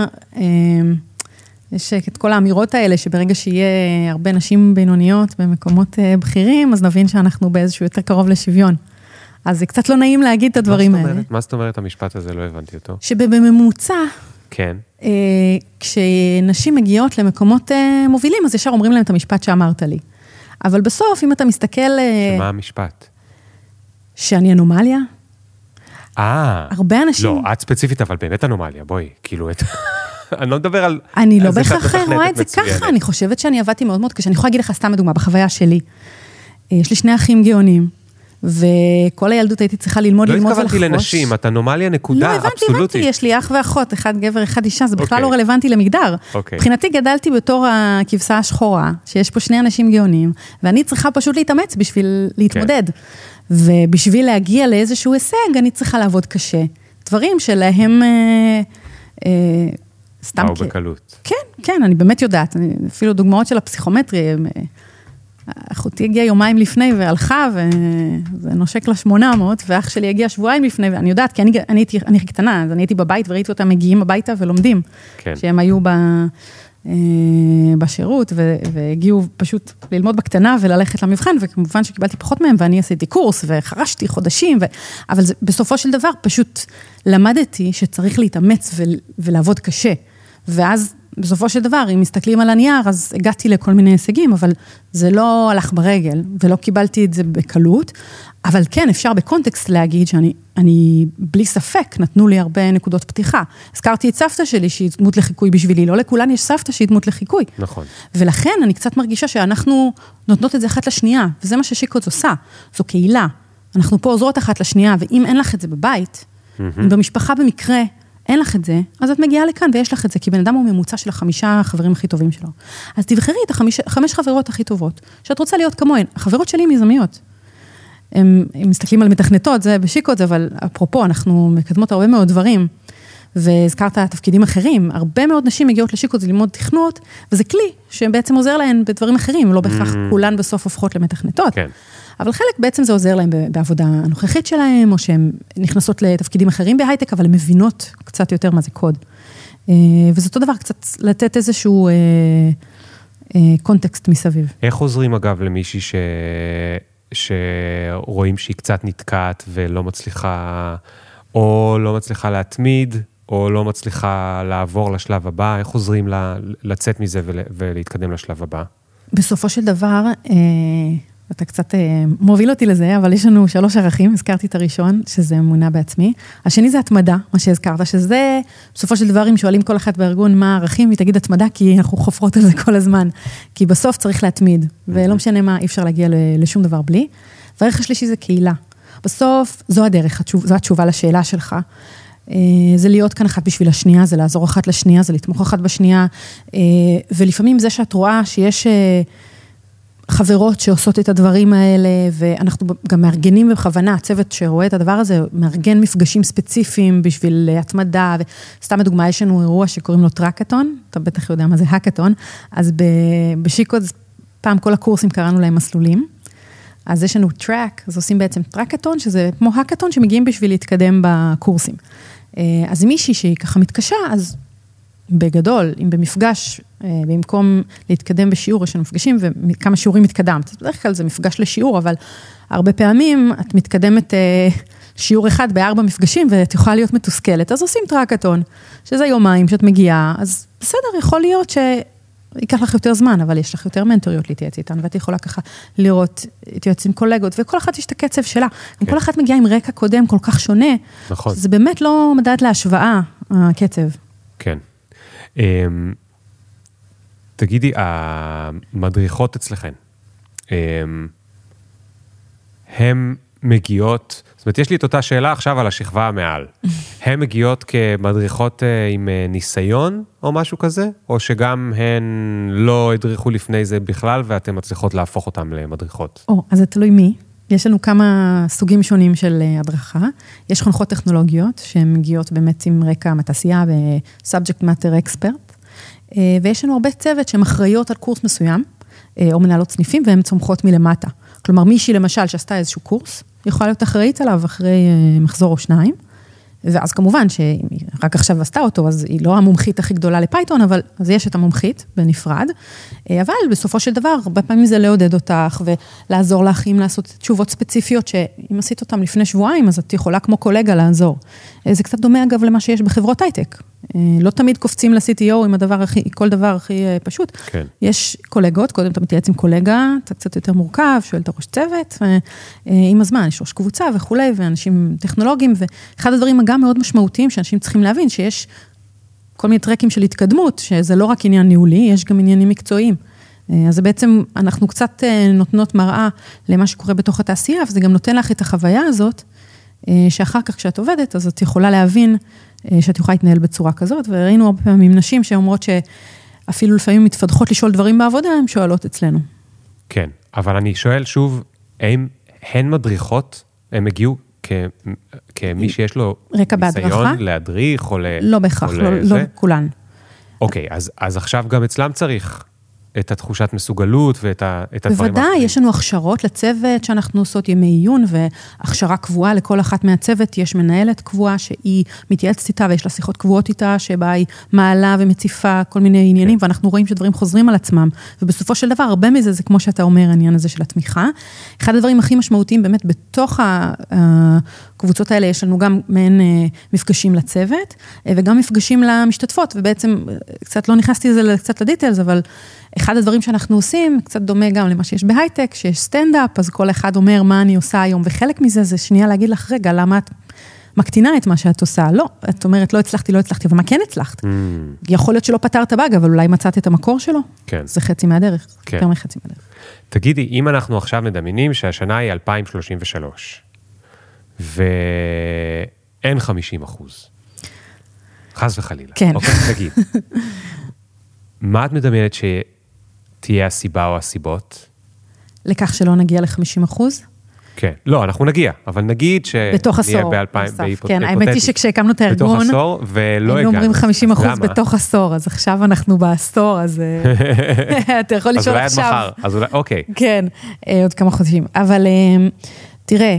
S2: יש את כל האמירות האלה, שברגע שיהיה הרבה נשים בינוניות במקומות בכירים, אז נבין שאנחנו באיזשהו יותר קרוב לשוויון. אז זה קצת לא נעים להגיד את הדברים האלה.
S1: מה זאת אומרת המשפט הזה? לא הבנתי אותו.
S2: שבממוצע,
S1: כן.
S2: כשנשים מגיעות למקומות מובילים, אז ישר אומרים להם את המשפט שאמרת לי. אבל בסוף, אם אתה מסתכל...
S1: שמה המשפט?
S2: שאני אנומליה,
S1: אה,
S2: הרבה אנשים...
S1: לא, את ספציפית, אבל באמת אנומליה, בואי, כאילו את... אני לא מדבר על...
S2: אני לא בהכרח רואה את זה ככה, אני חושבת שאני עבדתי מאוד מאוד קשה, אני יכולה להגיד לך סתם דוגמה, בחוויה שלי, יש לי שני אחים גאונים, וכל הילדות הייתי צריכה ללמוד, ללמוד ולחרוש. לא התכוונתי לנשים,
S1: את אנומליה נקודה, אבסולוטית.
S2: לא, הבנתי, הבנתי, יש לי אח ואחות, אחד גבר, אחד אישה, זה בכלל לא רלוונטי למגדר. מבחינתי גדלתי בתור הכבשה השחורה, שיש פה שני אנשים גאונים, ואני צריכה פשוט להתאמץ בשביל להתמודד. ובשביל להגיע לאיזשהו הישג, אני צריכה לעבוד קשה. דברים שלהם סתם...
S1: באו בקלות.
S2: כן, כן, אני באמת יודעת. אפילו דוגמאות של הפסיכומטרי, אחותי הגיעה יומיים לפני והלכה, וזה נושק ל-שמונה מאות, ואח שלי הגיע שבועיים לפני, ואני יודעת, כי אני, אני, הייתי, אני הכי קטנה, אז אני הייתי בבית וראיתי אותם מגיעים הביתה ולומדים, כן. שהם היו ב, בשירות, ו, והגיעו פשוט ללמוד בקטנה וללכת למבחן, וכמובן שקיבלתי פחות מהם, ואני עשיתי קורס, וחרשתי חודשים, ו, אבל זה, בסופו של דבר פשוט למדתי שצריך להתאמץ ו, ולעבוד קשה, ואז בסופו של דבר, אם מסתכלים על הנייר, אז הגעתי לכל מיני הישגים, אבל זה לא הלך ברגל, ולא קיבלתי את זה בקלות, אבל כן, אפשר בקונטקסט להגיד שאני, אני, בלי ספק, נתנו לי הרבה נקודות פתיחה. הזכרתי את סבתא שלי, שהיא דמות לחיקוי בשבילי, לא לכולן יש סבתא שהיא דמות לחיקוי.
S1: נכון.
S2: ולכן אני קצת מרגישה שאנחנו נותנות את זה אחת לשנייה, וזה מה ששיקוץ עושה. זו קהילה. אנחנו פה עוזרות אחת לשנייה, ואם אין לך את זה בבית, אם במשפחה במקרה, אין לך את זה, אז את מגיעה לכאן ויש לך את זה, כי בן אדם הוא ממוצע של החמישה החברים הכי טובים שלו. אז תבחרי את החמש, חמש חברות הכי טובות, שאת רוצה להיות כמוהן. החברות שלי מיזמיות. הם, הם מסתכלים על מתכנתות, זה בשיקות, אבל אפרופו, אנחנו מקדמות הרבה מאוד דברים, והזכרת תפקידים אחרים. הרבה מאוד נשים מגיעות לשיקות, זה ללמוד תכנות, וזה כלי שבעצם עוזר להן בדברים אחרים, לא בהכרח כולן בסוף הופכות למתכנתות. כן. אבל חלק בעצם זה עוזר להם בעבודה הנוכחית שלהם, או שהן נכנסות לתפקידים אחרים בהייטק, אבל הן מבינות קצת יותר מה זה קוד. וזה אותו דבר, קצת לתת איזשהו קונטקסט מסביב.
S1: איך עוזרים אגב למישהי ש... שרואים שהיא קצת נתקעת ולא מצליחה, או לא מצליחה להתמיד, או לא מצליחה לעבור לשלב הבא? איך עוזרים לה לצאת מזה ולהתקדם לשלב הבא?
S2: בסופו של דבר... אתה קצת מוביל אותי לזה, אבל יש לנו שלוש ערכים, הזכרתי את הראשון, שזה אמונה בעצמי. השני זה התמדה, מה שהזכרת, שזה בסופו של דבר, אם שואלים כל אחת בארגון מה הערכים, היא תגיד התמדה, כי אנחנו חופרות על זה כל הזמן. כי בסוף צריך להתמיד, ולא משנה מה, אי אפשר להגיע לשום דבר בלי. והערך השלישי זה קהילה. בסוף, זו הדרך, זו התשובה לשאלה שלך. זה להיות כאן אחת בשביל השנייה, זה לעזור אחת לשנייה, זה לתמוך אחת בשנייה. ולפעמים זה שאת רואה שיש... חברות שעושות את הדברים האלה, ואנחנו גם מארגנים בכוונה, הצוות שרואה את הדבר הזה, מארגן מפגשים ספציפיים בשביל התמדה, וסתם הדוגמה, יש לנו אירוע שקוראים לו טרקטון, אתה בטח יודע מה זה הקטון, אז בשיקות, פעם כל הקורסים קראנו להם מסלולים, אז יש לנו טרק, אז עושים בעצם טרקטון, שזה כמו הקטון שמגיעים בשביל להתקדם בקורסים. אז מישהי שהיא ככה מתקשה, אז בגדול, אם במפגש, במקום להתקדם בשיעור, יש לנו מפגשים וכמה שיעורים מתקדמת. בדרך כלל זה מפגש לשיעור, אבל הרבה פעמים את מתקדמת שיעור אחד בארבע מפגשים, ואת יכולה להיות מתוסכלת. אז עושים טרקטון, שזה יומיים שאת מגיעה, אז בסדר, יכול להיות שיקח לך יותר זמן, אבל יש לך יותר מנטוריות להתייעץ איתן, ואת יכולה ככה לראות, להתייעץ עם קולגות, וכל אחת יש את הקצב שלה. אם כל אחת מגיעה עם רקע קודם כל כך שונה, זה באמת לא מדעת להשוואה, הקצב.
S1: כן. תגידי, המדריכות אצלכן, הן מגיעות, זאת אומרת, יש לי את אותה שאלה עכשיו על השכבה המעל, הן מגיעות כמדריכות עם ניסיון או משהו כזה, או שגם הן לא הדריכו לפני זה בכלל, ואתן מצליחות להפוך אותן למדריכות?
S2: או, אז זה תלוי מי. יש לנו כמה סוגים שונים של הדרכה. יש חונכות טכנולוגיות, שהן מגיעות באמת עם רקע מתעשייה ו-subject matter expert, ויש לנו הרבה צוות שהן אחראיות על קורס מסוים, או מנהלות סניפים, והן צומחות מלמטה. כלומר, מישהי למשל שעשתה איזשהו קורס, יכולה להיות אחראית עליו אחרי מחזור או שניים, ואז כמובן שרק עכשיו עשתה אותו, אז היא לא המומחית הכי גדולה לפייתון, אבל אז יש את המומחית בנפרד, אבל בסופו של דבר, הרבה פעמים זה לעודד אותך, ולעזור לך אם לעשות תשובות ספציפיות, שאם עשית אותם לפני שבועיים, אז את יכולה כמו קולגה לעזור. זה קצת דומה אגב למה שיש בחברות הייטק. לא תמיד קופצים ל-סי טי או עם הדבר הכי, כל דבר הכי פשוט. כן. יש קולגות, קודם אתה מתייעץ עם קולגה, אתה קצת יותר מורכב, שואל את הראש צוות, ועם הזמן יש ראש קבוצה וכולי, ואנשים טכנולוגיים, ואחד הדברים גם מאוד משמעותיים, שאנשים צריכים להבין, שיש כל מיני טרקים של התקדמות, שזה לא רק עניין ניהולי, יש גם עניינים מקצועיים. אז זה בעצם, אנחנו קצת נותנות מראה למה שקורה בתוך התעשייה, וזה גם נותן לך את החוויה הזאת, שאחר כך כשאת עובדת, אז את יכולה להבין שאת יכולה להתנהל בצורה כזאת, וראינו הרבה פעמים נשים שאומרות שאפילו לפעמים מתפתחות לשאול דברים בעבודה, הן שואלות אצלנו.
S1: כן, אבל אני שואל שוב, האם הן מדריכות, הם הגיעו כ... כמי שיש לו ניסיון להדריך או ל...
S2: לא בהכרח, לא, לא כולן.
S1: אוקיי, אז, אז עכשיו גם אצלם צריך את התחושת מסוגלות ואת ה, את הדברים.
S2: בוודאי, יש לנו הכשרות לצוות שאנחנו עושות ימי עיון, והכשרה קבועה לכל אחת מהצוות, יש מנהלת קבועה שהיא מתייעצת איתה, ויש לה שיחות קבועות איתה, שבה היא מעלה ומציפה כל מיני עניינים, כן. ואנחנו רואים שדברים חוזרים על עצמם, ובסופו של דבר, הרבה מזה זה כמו שאתה אומר, העניין הזה של התמיכה. אחד הדברים הכי משמעותיים, באמת, בתוך הקבוצות האלה, יש לנו גם מעין מפגשים לצוות, וגם מפגשים למשתתפות, ובעצם, קצת לא נכנסתי לזה קצת לדיטלס, אבל אחד הדברים שאנחנו עושים, קצת דומה גם למה שיש בהייטק, שיש סטנדאפ, אז כל אחד אומר מה אני עושה היום, וחלק מזה זה שנייה להגיד לך, רגע, למה את מקטינה את מה שאת עושה? לא, את אומרת, לא הצלחתי, לא הצלחתי, אבל מה כן הצלחת? Mm. יכול להיות שלא פתרת באג, אבל אולי מצאת את המקור שלו?
S1: כן.
S2: זה חצי מהדרך,
S1: כן.
S2: יותר מחצי מהדרך.
S1: תגידי, אם אנחנו עכשיו מדמיינים שהשנה היא אלפיים שלושים ושלוש, ואין חמישים אחוז, חס וחלילה.
S2: כן.
S1: אוקיי, תגיד. מה את מדמיינת ש... תהיה הסיבה או הסיבות?
S2: לכך שלא נגיע ל-חמישים אחוז?
S1: כן. לא, אנחנו נגיע, אבל נגיד שנהיה
S2: בתוך עשור. כן, האמת היא שכשהקמנו את הארגון,
S1: בתוך עשור, ולא הגענו.
S2: היינו אומרים חמישים אחוז בתוך עשור, אז עכשיו אנחנו בעשור, אז אתה יכול לשאול עכשיו.
S1: אז אולי עד מחר, אז אולי, אוקיי.
S2: כן, עוד כמה חודשים. אבל תראה,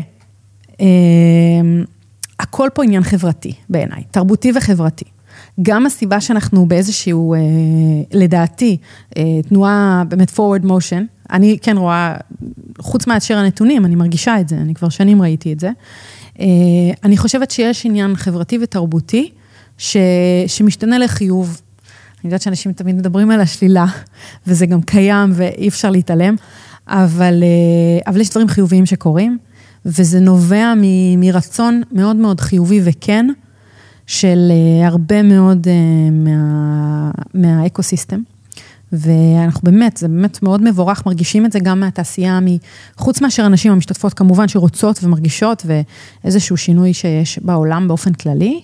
S2: הכל פה עניין חברתי בעיניי, תרבותי וחברתי. גם הסיבה שאנחנו באיזשהו, אה, לדעתי, אה, תנועה באמת forward motion, אני כן רואה, חוץ מהאשר הנתונים, אני מרגישה את זה, אני כבר שנים ראיתי את זה, אה, אני חושבת שיש עניין חברתי ותרבותי, ש, שמשתנה לחיוב. אני יודעת שאנשים תמיד מדברים על השלילה, וזה גם קיים ואי אפשר להתעלם, אבל, אה, אבל יש דברים חיוביים שקורים, וזה נובע מ, מרצון מאוד מאוד חיובי וכן, של הרבה מאוד מה, מהאקוסיסטם, ואנחנו באמת, זה באמת מאוד מבורך, מרגישים את זה גם מהתעשייה, חוץ מאשר אנשים המשתתפות כמובן שרוצות ומרגישות, ואיזשהו שינוי שיש בעולם באופן כללי.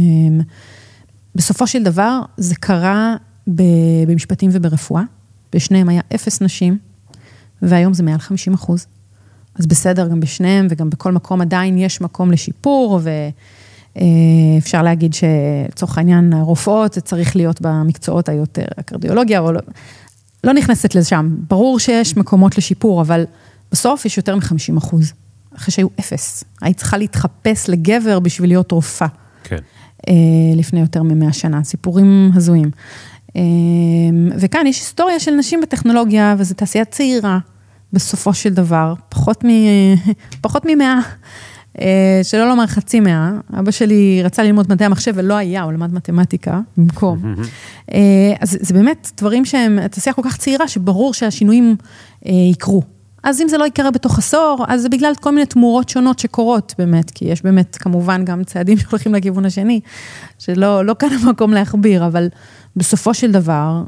S2: בסופו של דבר, זה קרה במשפטים וברפואה, בשניהם היה אפס נשים, והיום זה מעל חמישים אחוז. אז בסדר, גם בשניהם וגם בכל מקום עדיין יש מקום לשיפור, ו... אפשר להגיד שצורך העניין הרופאות, זה צריך להיות במקצועות היותר הקרדיולוגיה, או לא, לא נכנסת לשם. ברור שיש מקומות לשיפור, אבל בסוף יש יותר מ-חמישים אחוז, אחרי שהיו אפס. היית צריכה להתחפש לגבר בשביל להיות רופאה.
S1: כן.
S2: לפני יותר מ-מאה שנה, סיפורים הזויים. וכאן יש היסטוריה של נשים בטכנולוגיה, וזו תעשייה צעירה, בסופו של דבר, פחות מ... פחות ממאה. שלא לומר חצי מאה, אבא שלי רצה ללמוד מדעי המחשב ולא היה, הוא למד מתמטיקה במקום. אז זה באמת דברים שהם, תעשייה כל כך צעירה, שברור שהשינויים יקרו. אז אם זה לא יקרה בתוך עשור, אז זה בגלל כל מיני תמורות שונות שקורות באמת, כי יש באמת כמובן גם צעדים שהולכים לכיוון השני, שלא לא כאן המקום להכביר, אבל בסופו של דבר,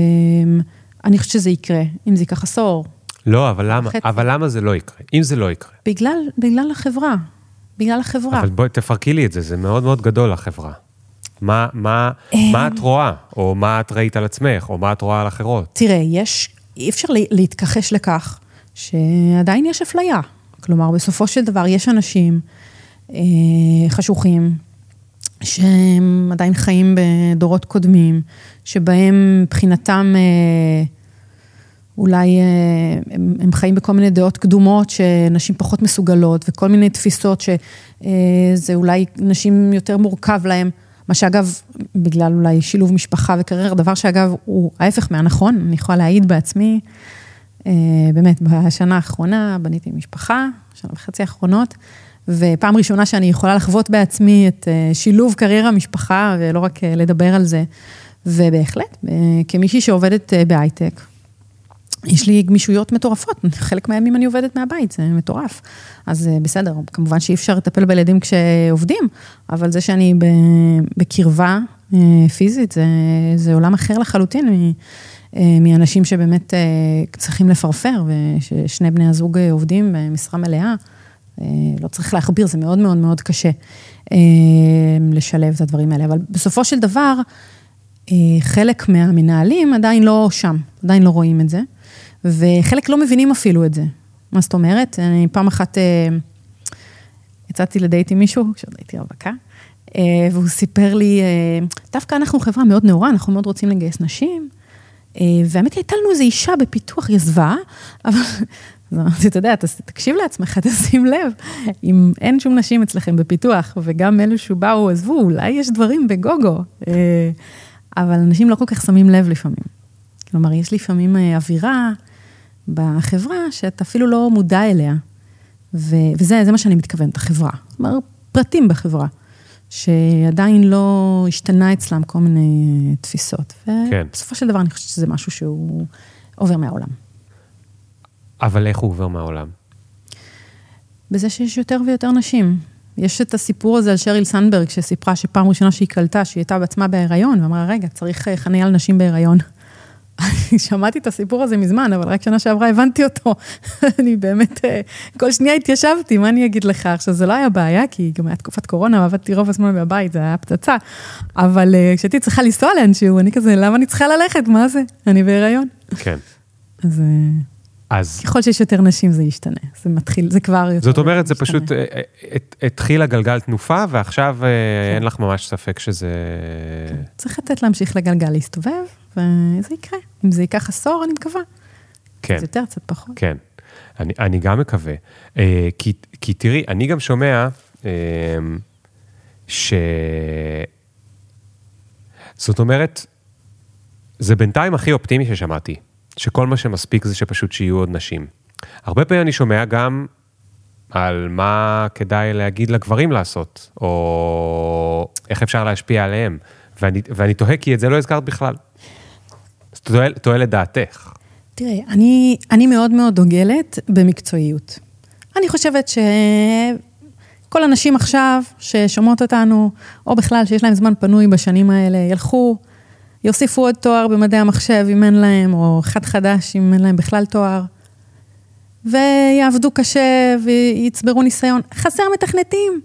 S2: אני חושבת שזה יקרה, אם זה ייקח עשור.
S1: לא, אבל למה? אבל למה זה לא יקרה? אם זה לא יקרה?
S2: בגלל, בגלל החברה. בגלל החברה.
S1: אבל בואי תפרקי לי את זה, זה מאוד מאוד גדול החברה. מה, מה, מה את רואה? או מה את ראית על עצמך? או מה את רואה על אחרות?
S2: תראה, יש, אי אפשר להתכחש לכך, שעדיין יש אפליה. כלומר, בסופו של דבר יש אנשים אה, חשוכים, שהם עדיין חיים בדורות קודמים, שבהם מבחינתם... אה, אולי הם, הם חיים בכל מיני דעות קדומות, שנשים פחות מסוגלות, וכל מיני תפיסות שזה אולי נשים יותר מורכב להם, מה שאגב, בגלל אולי שילוב משפחה וקריירה, דבר שאגב הוא ההפך מהנכון, אני יכולה להעיד בעצמי, באמת בשנה האחרונה בניתי משפחה, שנה וחצי האחרונות, ופעם ראשונה שאני יכולה לחוות בעצמי את שילוב קריירה משפחה, ולא רק לדבר על זה, ובהחלט, כמישהי שעובדת בהייטק, יש לי גמישויות מטורפות, חלק מהימים אני עובדת מהבית, זה מטורף. אז בסדר, כמובן שאי אפשר לטפל בילדים כשעובדים, אבל זה שאני בקרבה פיזית, זה, זה עולם אחר לחלוטין, מאנשים שבאמת צריכים לפרפר, וששני בני הזוג עובדים במשרה מלאה, לא צריך להכביר, זה מאוד מאוד מאוד קשה לשלב את הדברים האלה, אבל בסופו של דבר, חלק מהמנהלים עדיין לא שם, עדיין לא רואים את זה, וחלק לא מבינים אפילו את זה. מה זאת אומרת? אני פעם אחת יצאתי לדייט עם מישהו, כשעוד הייתי רווקה, והוא סיפר לי, דווקא אנחנו חברה מאוד נאורה, אנחנו מאוד רוצים לגייס נשים, והאמת הייתה לנו איזו אישה בפיתוח יזבה, אבל אתה יודע, תקשיב לעצמך, תשים לב, אם אין שום נשים אצלכם בפיתוח, וגם אלו שבאו עזבו, אולי יש דברים בגוגו, אבל אנשים לא כל כך שמים לב לפעמים. כלומר, יש לפעמים אווירה בחברה, שאתה אפילו לא מודע אליה, וזה זה מה שאני מתכוונת, החברה. כלומר, פרטים בחברה. שעדיין לא השתנה אצלם כל מיני תפיסות.
S1: כן.
S2: ובסופו של דבר אני חושבת שזה משהו שהוא עובר מהעולם.
S1: אבל איך הוא עובר מהעולם?
S2: בזה שיש יותר ויותר נשים. יש את הסיפור הזה על שריל סנדברג, שסיפרה שפעם ראשונה שהיא קלטה, שהיא הייתה בעצמה בהיריון, ואמרה, רגע, צריך חניה על נשים בהיריון. שמעתי את הסיפור הזה מזמן, אבל רק שנה שעברה הבנתי אותו. אני באמת, כל שנייה התיישבתי, מה אני אגיד לך? עכשיו, זה לא היה בעיה, כי גם היה תקופת קורונה, עבדתי רוב הזמן בבית, זה היה פצצה. אבל כשהייתי צריכה לנסוע לאנשהו, אני כזה, למה אני צריכה ללכת? מה זה? אני בהיריון.
S1: כן.
S2: אז...
S1: אז...
S2: ככל שיש יותר נשים זה ישתנה, זה מתחיל, זה כבר...
S1: זאת אומרת, זה פשוט התחיל הגלגל תנופה, ועכשיו אין לך ממש ספק שזה...
S2: צריך לתת להמשיך לגלגל להסתובב, וזה יקרה. אם זה ייקח עשור, אני מקווה.
S1: כן.
S2: זה יותר, קצת פחות.
S1: כן. אני, אני גם מקווה. כי, כי תראי, אני גם שומע ש... זאת אומרת, זה בינתיים הכי אופטימי ששמעתי. שכל מה שמספיק זה שפשוט שיהיו עוד נשים. הרבה פעמים אני שומע גם על מה כדאי להגיד לגברים לעשות, או איך אפשר להשפיע עליהם, ואני, ואני תוהה כי את זה לא הזכרת בכלל. אז תוהה, תוהה לדעתך.
S2: תראה, אני, אני מאוד מאוד דוגלת במקצועיות. אני חושבת שכל הנשים עכשיו ששומעות אותנו, או בכלל שיש להם זמן פנוי בשנים האלה, ילכו, יוסיפו עוד תואר במדעי המחשב אם אין להם, או אחד חדש אם אין להם בכלל תואר, ויעבדו קשה ויצברו ניסיון. חסר מתכנתים.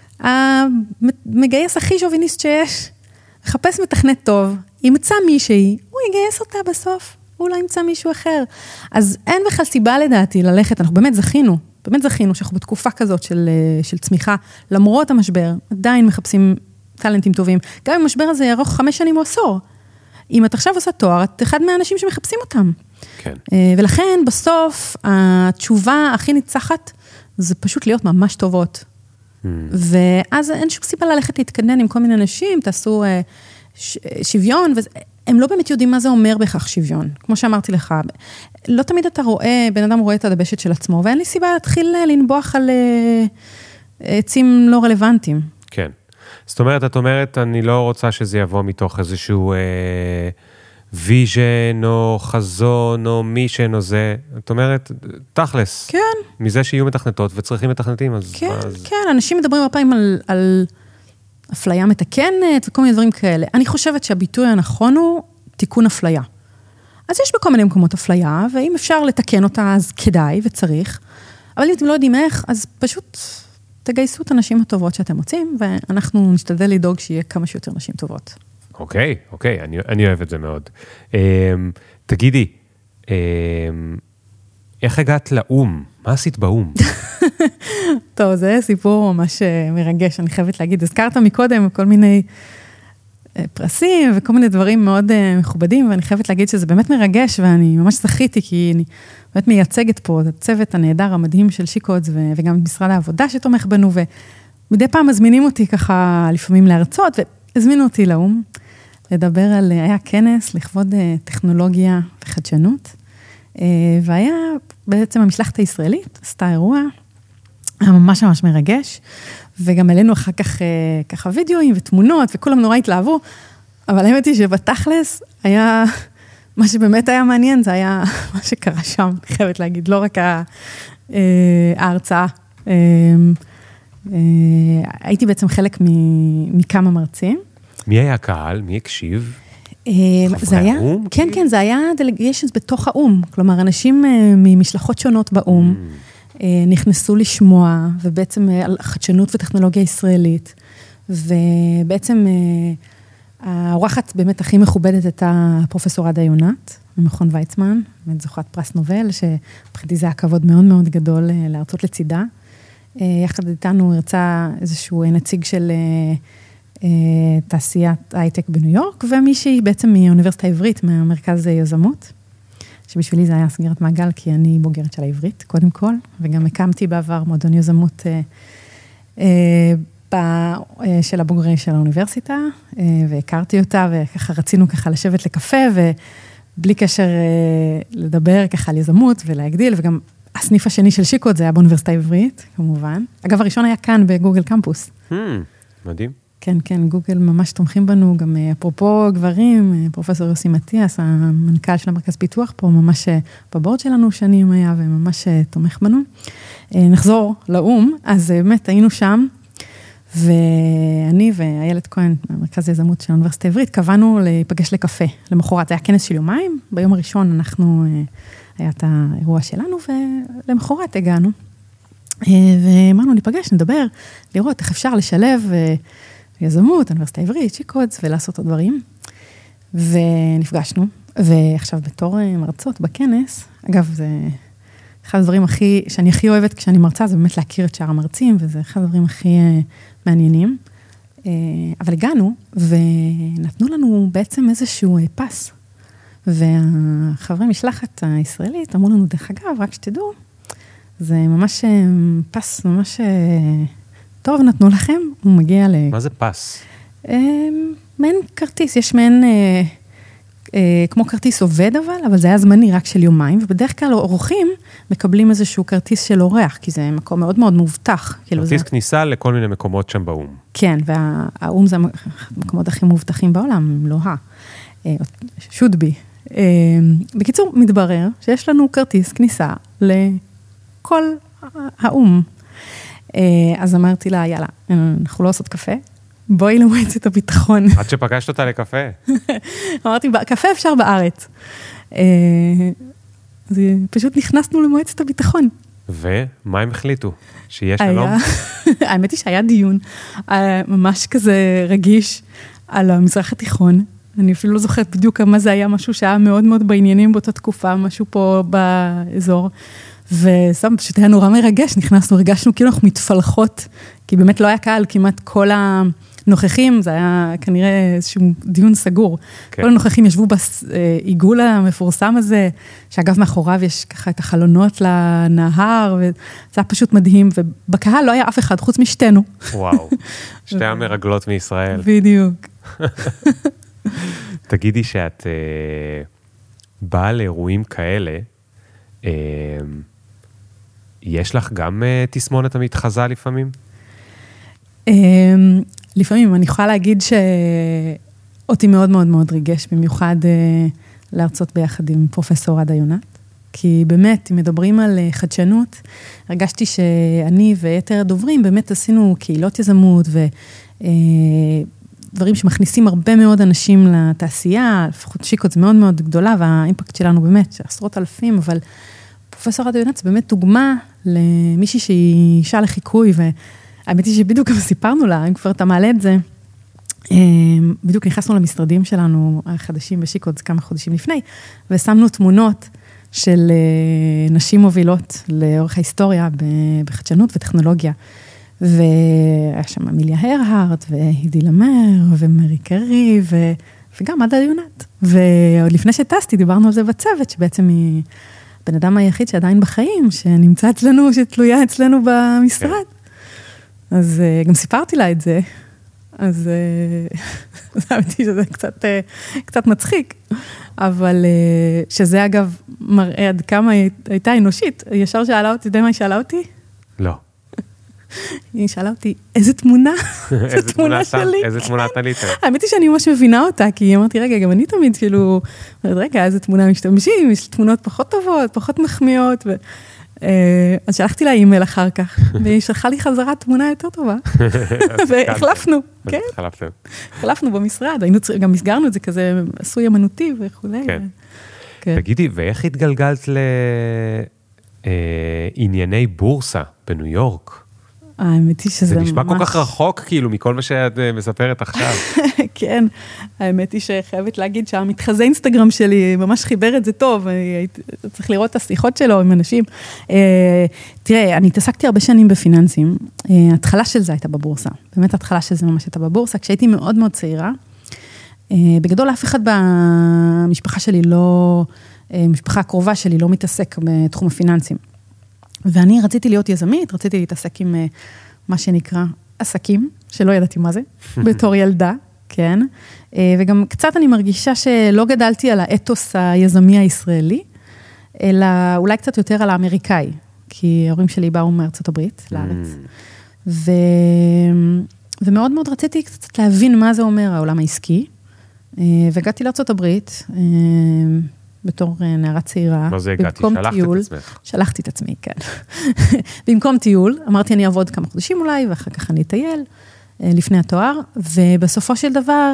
S2: המגייס הכי שוביניסט שיש, מחפש מתכנת טוב, ימצא מישהי, הוא יגייס אותה בסוף, הוא לא ימצא מישהו אחר. אז אין בכלל סיבה לדעתי ללכת, אנחנו באמת זכינו, באמת זכינו שאנחנו בתקופה כזאת של, של צמיחה, למרות המשבר, עדיין מחפשים טלנטים טובים, גם אם המשבר הזה יארוך חמש שנים או עשור. אם את עכשיו עושה תואר, את אחד מהאנשים שמחפשים אותם.
S1: כן.
S2: ולכן בסוף, התשובה הכי ניצחת, זה פשוט להיות ממש טובות. Mm. ואז אין שום סיבה ללכת להתקדנן עם כל מיני אנשים, תעשו ש- שוויון, והם לא באמת יודעים מה זה אומר בכך שוויון. כמו שאמרתי לך, לא תמיד אתה רואה, בן אדם רואה את הדבשת של עצמו, ואין לי סיבה להתחיל לנבוח על עצים לא רלוונטיים.
S1: כן. זאת אומרת, את אומרת, אני לא רוצה שזה יבוא מתוך איזשהו אה, ויז'ן או חזון או מישן או זה. את אומרת, תכלס.
S2: כן.
S1: מזה שיהיו מתכנתות וצריכים מתכנתים. אז,
S2: כן,
S1: אז...
S2: כן. אנשים מדברים הרבה פעמים על, על אפליה מתקנת וכל מיני דברים כאלה. אני חושבת שהביטוי הנכון הוא תיקון אפליה. אז יש בכל מיני מקומות אפליה, ואם אפשר לתקן אותה, אז כדאי וצריך. אבל אם אתם לא יודעים איך, אז פשוט... תגייסו את הנשים הטובות שאתם רוצים, ואנחנו נשתדל לדאוג שיהיה כמה שיותר נשים טובות.
S1: אוקיי, אוקיי, אני, אני אוהב את זה מאוד. תגידי, איך הגעת לאום? מה עשית באום?
S2: טוב, זה סיפור ממש מרגש, אני חייבת להגיד. הזכרת מקודם כל מיני פרסים וכל מיני דברים מאוד מכובדים, ואני חייבת להגיד שזה באמת מרגש, ואני ממש זכיתי, כי אני באמת מייצגת פה את הצוות הנהדר המדהים של שיקודס, וגם משרד העבודה שתומך בנו, ומדי פעם מזמינים אותי ככה לפעמים להרצות, והזמינו אותי לאום, לדבר על, היה כנס לכבוד טכנולוגיה וחדשנות, והיה בעצם המשלחת הישראלית, עשתה אירוע, היה ממש ממש מרגש, וגם עלינו אחר כך ככה וידאוים ותמונות, וכולם נורא התלהבו, אבל האמת היא שבתכלס היה, מה שבאמת היה מעניין, זה היה מה שקרה שם, אני חייבת להגיד, לא רק ההרצאה. הייתי בעצם חלק מכמה מרצים,
S1: מי היה הקהל? מי הקשיב?
S2: זה היה, כן, כן, זה היה דלגיישנס בתוך האום, כלומר, אנשים ממשלחות שונות באום, נכנסו לשמוע, ובעצם על חדשנות וטכנולוגיה ישראלית, ובעצם האורחת באמת הכי מכובדת הייתה פרופסור עדה יונת, ממכון ויצמן, זוכת פרס נובל, שבחינתי זה היה כבוד מאוד מאוד גדול להרצות לצידה. יחד איתנו הרצה איזשהו נציג של תעשיית הייטק בניו יורק, ומישהי בעצם מהאוניברסיטה העברית, מהמרכז יזמות, שבשבילי זה היה סגירת מעגל, כי אני בוגרת של העברית, קודם כל, וגם הקמתי בעבר מועדון יזמות של הבוגרי של האוניברסיטה, והכרתי אותה, וככה רצינו ככה לשבת לקפה, ובלי קשר לדבר ככה על יזמות ולהגדיל, וגם הסניף השני של שיקות, זה היה באוניברסיטה העברית, כמובן. אגב, הראשון היה כאן בגוגל קמפוס.
S1: מדהים.
S2: כן, כן, גוגל ממש תומכים בנו, גם אפרופו גברים, פרופסור יוסי מתיאס, המנכ"ל של המרכז פיתוח פה, ממש בבורד שלנו שנים היה, וממש תומך בנו. נחזור לאום, אז באמת היינו שם, ואני ואיילת כהן, המרכז היזמות של האוניברסיטה העברית, קבענו להיפגש לקפה, למחרת, זה היה כנס של יומיים, ביום הראשון אנחנו, היה את האירוע שלנו, ולמחרת הגענו, ואמרנו, ניפגש, נדבר, לראות איך אפשר לשלב יזמות, האוניברסיטה העברית, שיקודס, ולעשות את הדברים. ונפגשנו, ועכשיו בתור מרצות בכנס, אגב, זה אחד הדברים הכי, שאני הכי אוהבת כשאני מרצה, זה באמת להכיר את שאר המרצים, וזה אחד הדברים הכי מעניינים. אבל הגענו, ונתנו לנו בעצם איזשהו פס, והחברי משלחת הישראלית אמרו לנו, דרך אגב, רק שתדעו, זה ממש פס, ממש טוב נתנו לכם, הוא מגיע ל...
S1: מה זה פס?
S2: מעין כרטיס, יש מעין, כמו כרטיס עובד אבל, אבל זה היה זמני רק של יומיים, ובדרך כלל אורחים מקבלים איזשהו כרטיס של אורח, כי זה מקום מאוד מאוד מובטח.
S1: כרטיס כניסה לכל מיני מקומות שם באום.
S2: כן, והאום זה המקומות הכי מובטחים בעולם, אם לא ה... should be. בקיצור, מתברר שיש לנו כרטיס כניסה לכל האום. אז אמרתי לה, יאללה, אנחנו לא עושות קפה, בואי למועצת הביטחון.
S1: עד שפגשת אותה לקפה.
S2: אמרתי, קפה אפשר בארץ. אז פשוט נכנסנו למועצת הביטחון.
S1: ומה הם החליטו? שיהיה שלום?
S2: האמת היא שהיה דיון ממש כזה רגיש על המזרח התיכון. אני אפילו לא זוכרת בדיוק מה זה היה, משהו שהיה מאוד מאוד בעניינים באותה תקופה, משהו פה באזור. ושם, פשוט היה נורא מרגש, נכנסנו, הרגשנו כאילו אנחנו מתפלחות, כי באמת לא היה קהל, כמעט כל הנוכחים, זה היה כנראה איזשהו דיון סגור. כן. כל הנוכחים ישבו בעיגול המפורסם הזה, שאגב מאחוריו יש ככה את החלונות לנהר, וזה היה פשוט מדהים, ובקהל לא היה אף אחד, חוץ משתינו.
S1: וואו, שתי המרגלות מישראל.
S2: בדיוק.
S1: תגידי שאת uh, באה לאירועים כאלה, uh, יש לך גם uh, תסמונת המתחזה לפעמים?
S2: Um, לפעמים, אני יכולה להגיד שאותי מאוד מאוד מאוד ריגש, במיוחד uh, להרצות ביחד עם פרופסור עדה יונת, כי באמת, אם מדברים על uh, חדשנות, הרגשתי שאני ויתר הדוברים באמת עשינו קהילות יזמות ו... Uh, דברים שמכניסים הרבה מאוד אנשים לתעשייה, לפחות שיקות זה מאוד מאוד גדולה, והאימפקט שלנו באמת, עשרות אלפים, אבל פרופסור עדה יונת זה באמת דוגמה למישהי שהיא אישה לחיקוי, והאמת היא שבדיוק גם סיפרנו לה, אם כבר אתה מעלה את זה, בדיוק נכנסנו למשרדים שלנו, החדשים בשיקות, כמה חודשים לפני, ושמנו תמונות של נשים מובילות לאורך ההיסטוריה בחדשנות וטכנולוגיה, והיה שם אמיליה הרהרט, והידי למר, ומרי קרי, ו... וגם עדה יונת. ועוד לפני שטסתי, דיברנו על זה בצוות, שבעצם היא בן אדם היחיד שעדיין בחיים, שנמצא אצלנו, שתלויה אצלנו במשרד. כן. אז גם סיפרתי לה את זה, אז חשבתי שזה קצת, קצת מצחיק, אבל שזה אגב מראה עד כמה היא הייתה אנושית. ישר שאלה אותי, די מה היא שאלה אותי?
S1: לא.
S2: היא שאלה אותי, איזה תמונה?
S1: איזה תמונה שלי? איזה תמונה תלית?
S2: האמת היא שאני ממש מבינה אותה, כי אמרתי, רגע, גם אני תמיד כאילו, רגע, איזה תמונה משתמשים, יש תמונות פחות טובות, פחות מחמיאות, אז שלחתי לה אימייל אחר כך, והיא שלחה לי חזרה תמונה יותר טובה. והחלפנו, כן. החלפנו במשרד, גם מסגרנו את זה כזה עשוי אמנותי וכו'.
S1: תגידי, ואיך התגלגלת לענייני בורסה בניו יורק?
S2: האמת היא שזה ממש...
S1: זה נשמע כל כך רחוק, כאילו, מכל מה שאת מספרת עכשיו.
S2: כן, האמת היא שחייבת להגיד שהמתחזה אינסטגרם שלי ממש חיבר את זה טוב, צריך לראות את השיחות שלו עם אנשים. תראה, אני התעסקתי הרבה שנים בפיננסים, התחלה של זה הייתה בבורסה, באמת התחלה של זה ממש הייתה בבורסה, כשהייתי מאוד מאוד צעירה, בגדול אף אחד במשפחה שלי לא, משפחה הקרובה שלי לא מתעסק בתחום הפיננסים. ואני רציתי להיות יזמית, רציתי להתעסק עם מה שנקרא עסקים, שלא ידעתי מה זה, בתור ילדה, כן. וגם קצת אני מרגישה שלא גדלתי על האתוס היזמי הישראלי, אלא אולי קצת יותר על האמריקאי, כי ההורים שלי באו מארצות הברית, לארץ. ו... ומאוד מאוד רציתי קצת להבין מה זה אומר העולם העסקי, והגעתי לארצות הברית, בתור נערה צעירה.
S1: מה זה הגעתי? שלחת את עצמך?
S2: שלחתי את עצמי, כן. במקום טיול, אמרתי אני אעבוד כמה חודשים אולי, ואחר כך אני אטייל, לפני התואר, ובסופו של דבר,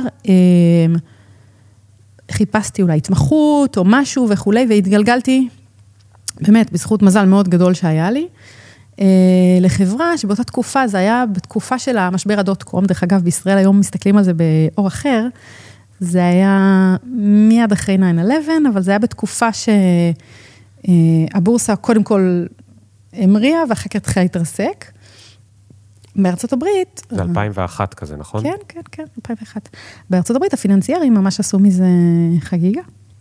S2: חיפשתי אולי התמחות או משהו וכולי, והתגלגלתי, באמת, בזכות מזל מאוד גדול שהיה לי, לחברה שבאותה תקופה, זה היה בתקופה של המשבר הדוט קום, דרך אגב, בישראל היום מסתכלים על זה באור אחר, זה היה מיד אחרי תשע אחת עשרה, אבל זה היה בתקופה שהבורסה קודם כל המריאה, ואחר כך התחילה להתרסק. בארצות הברית...
S1: זה אלפיים ואחת כזה, נכון?
S2: כן, כן, כן, אלפיים ואחת. בארצות הברית הפיננסיירים ממש עשו מזה חגיגה.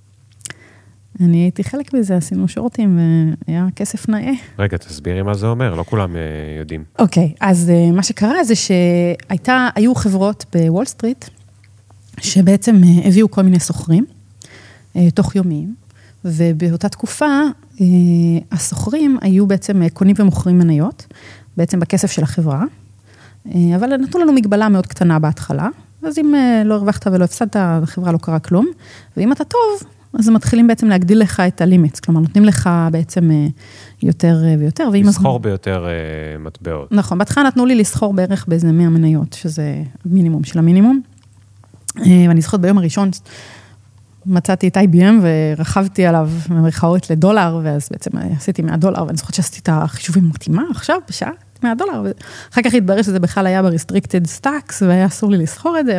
S2: אני הייתי חלק מזה, עשינו שורטים, והיה כסף נאה.
S1: רגע, תסבירי מה זה אומר, לא כולם יודעים.
S2: אוקיי, אז מה שקרה זה שהיו חברות בוול סטריט, שבעצם הביאו כל מיני סוחרים, תוך יומיים, ובאותה תקופה, הסוחרים היו בעצם קונים ומוכרים מניות, בעצם בכסף של החברה, אבל נתנו לנו מגבלה מאוד קטנה בהתחלה, אז אם לא הרווחת ולא הפסדת, החברה לא קרה כלום, ואם אתה טוב, אז מתחילים בעצם להגדיל לך את הלימיץ, כלומר, נותנים לך בעצם יותר ויותר.
S1: לסחור ביותר מטבעות.
S2: נכון, בהתחלה נתנו לי לסחור בערך באיזה מאה מניות, שזה מינימום של המינימום, ואני זוכרת ביום הראשון, מצאתי את איי בי אם ורחבתי עליו במרכאות לדולר, ואז בעצם עשיתי מאה דולר, ואני זוכרת שעשיתי את החישובים, אמרתי, מה עכשיו בשעה? מאה דולר, ואחר כך התברר שזה בכלל היה ב-restricted stocks, והיה אסור לי לסחור את זה,